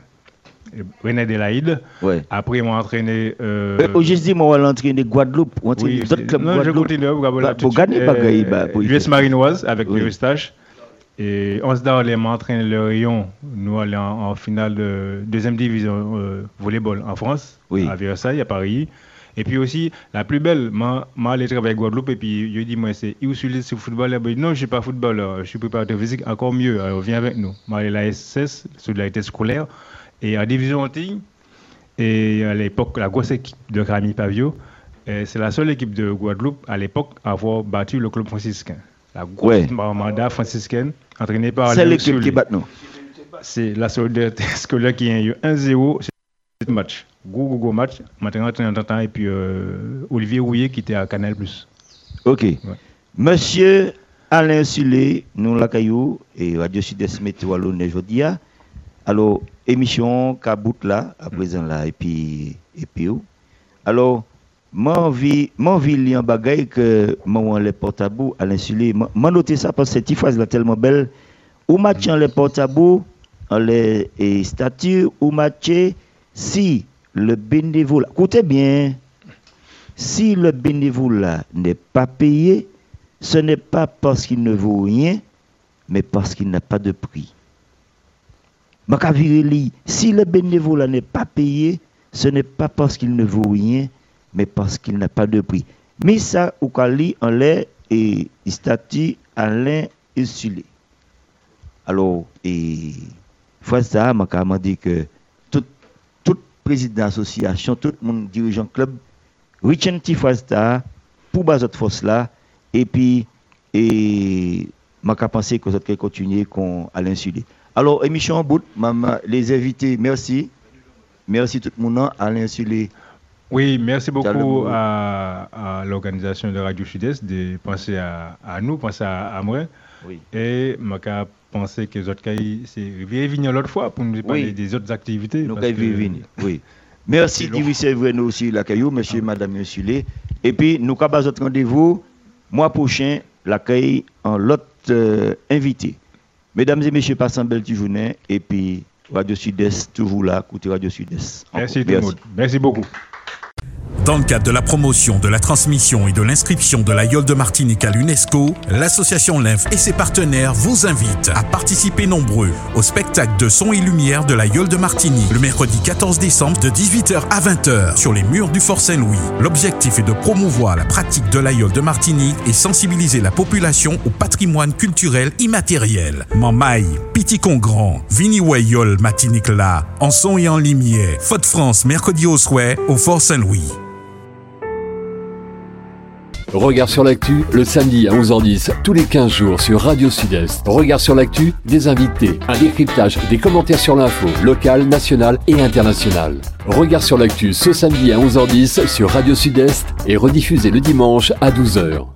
euh, René Delaïde. Ouais. Après, il m'a entraîné. Euh, Euh, Aujourd'hui, moi, on va l'entraîner Guadeloupe, on va oui, entraîner d'autres clubs non, je Guadeloupe. continue. Pour, Bah, pour gagner, pas gagner, bah, pour y l'U S faire. Marinoise avec Oui. le Eustache. Et on se donne, il m'a entraîné le Rayon. Nous allons en, en finale de deuxième division euh, volleyball en France, Oui. à Versailles, à Paris. Et puis aussi, la plus belle, moi, moi allé travailler avec Guadeloupe et puis je dis, moi, c'est où suis sur football? Il dit, non, je ne suis pas footballeur, je suis préparateur physique, encore mieux, alors viens avec nous. Moi, allé à la S S, solidarité scolaire, et en division anti, et à l'époque, la grosse équipe de Camille Pavio, et c'est la seule équipe de Guadeloupe à l'époque à avoir battu le club franciscain. La grosse Ouais. mandat franciscaine, entraînée par C'est Léo l'équipe qui Sully. bat nous. C'est la solidarité scolaire qui a eu un zéro, c'est match. Gros, gros, gros match. Maintenant, en temps, et puis euh, Olivier Rouillet qui était à Canal plus. Ok. Monsieur Alain Sulé, nous l'accueillons et Radio Sud-Est Météo à l'honneur aujourd'hui. Alors, émission Kabout là, à présent là, et puis, et puis où? Alors, moi, envie, moi, envie lire un bagay que moi, les porte-à-bout, Alain Sulé, moi, noté ça parce que cette phrase là tellement belle. Ou match les porte-à-bout, les et statuts, ou match si le bénévole, écoutez bien, si le bénévole là n'est pas payé, ce n'est pas parce qu'il ne vaut rien, mais parce qu'il n'a pas de prix. Si le bénévole là n'est pas payé, ce n'est pas parce qu'il ne vaut rien, mais parce qu'il n'a pas de prix. Mais ça, ou kali en l'air et statut Alain Sulé. Alors, et fois ça, je m'a dit que tout, tout président d'association, tout le monde dirigeant club, Richard Tifasta, pour bas cette force là, et puis, et je pensé que ça allait continuer qu'on Alain Sulé. Alors, émission en bout, maman, les invités, merci. Merci tout le monde, Alain Sulé. Oui, merci beaucoup à, à l'organisation de Radio Sud-Est de penser à, à nous, penser à, à moi. Oui. Et je pense que les autres cas, c'est venir l'autre fois pour nous parler oui. des autres activités. Nous allons venir, oui. Merci de recevoir nous aussi la caillou, monsieur, ah. madame, monsieur. Et puis, nous avons notre rendez-vous mois prochain, l'accueil en l'autre euh, invité. Mesdames et messieurs, passez une belle journée. Et puis, Radio Sud-Est, toujours là, écoutez Radio Sud-Est. Merci tout le monde. Merci beaucoup. Dans le cadre de la promotion, de la transmission et de l'inscription de la Yole de Martinique à l'UNESCO, l'association Lymphe et ses partenaires vous invitent à participer nombreux au spectacle de son et lumière de la Yole de Martinique le mercredi quatorze décembre de dix-huit heures à vingt heures sur les murs du Fort Saint-Louis. L'objectif est de promouvoir la pratique de la Yole de Martinique et sensibiliser la population au patrimoine culturel immatériel. Mamaï, Piticon Grand, Viniway Yole Martinique là, en son et en lumière. Faute France, mercredi au soir au Fort Saint-Louis. Regard sur l'actu, le samedi à onze heures dix, tous les quinze jours sur Radio Sud-Est. Regard sur l'actu, des invités, un décryptage, des commentaires sur l'info, locale, nationale et internationale. Regard sur l'actu ce samedi à onze heures dix sur Radio Sud-Est et rediffusé le dimanche à douze heures.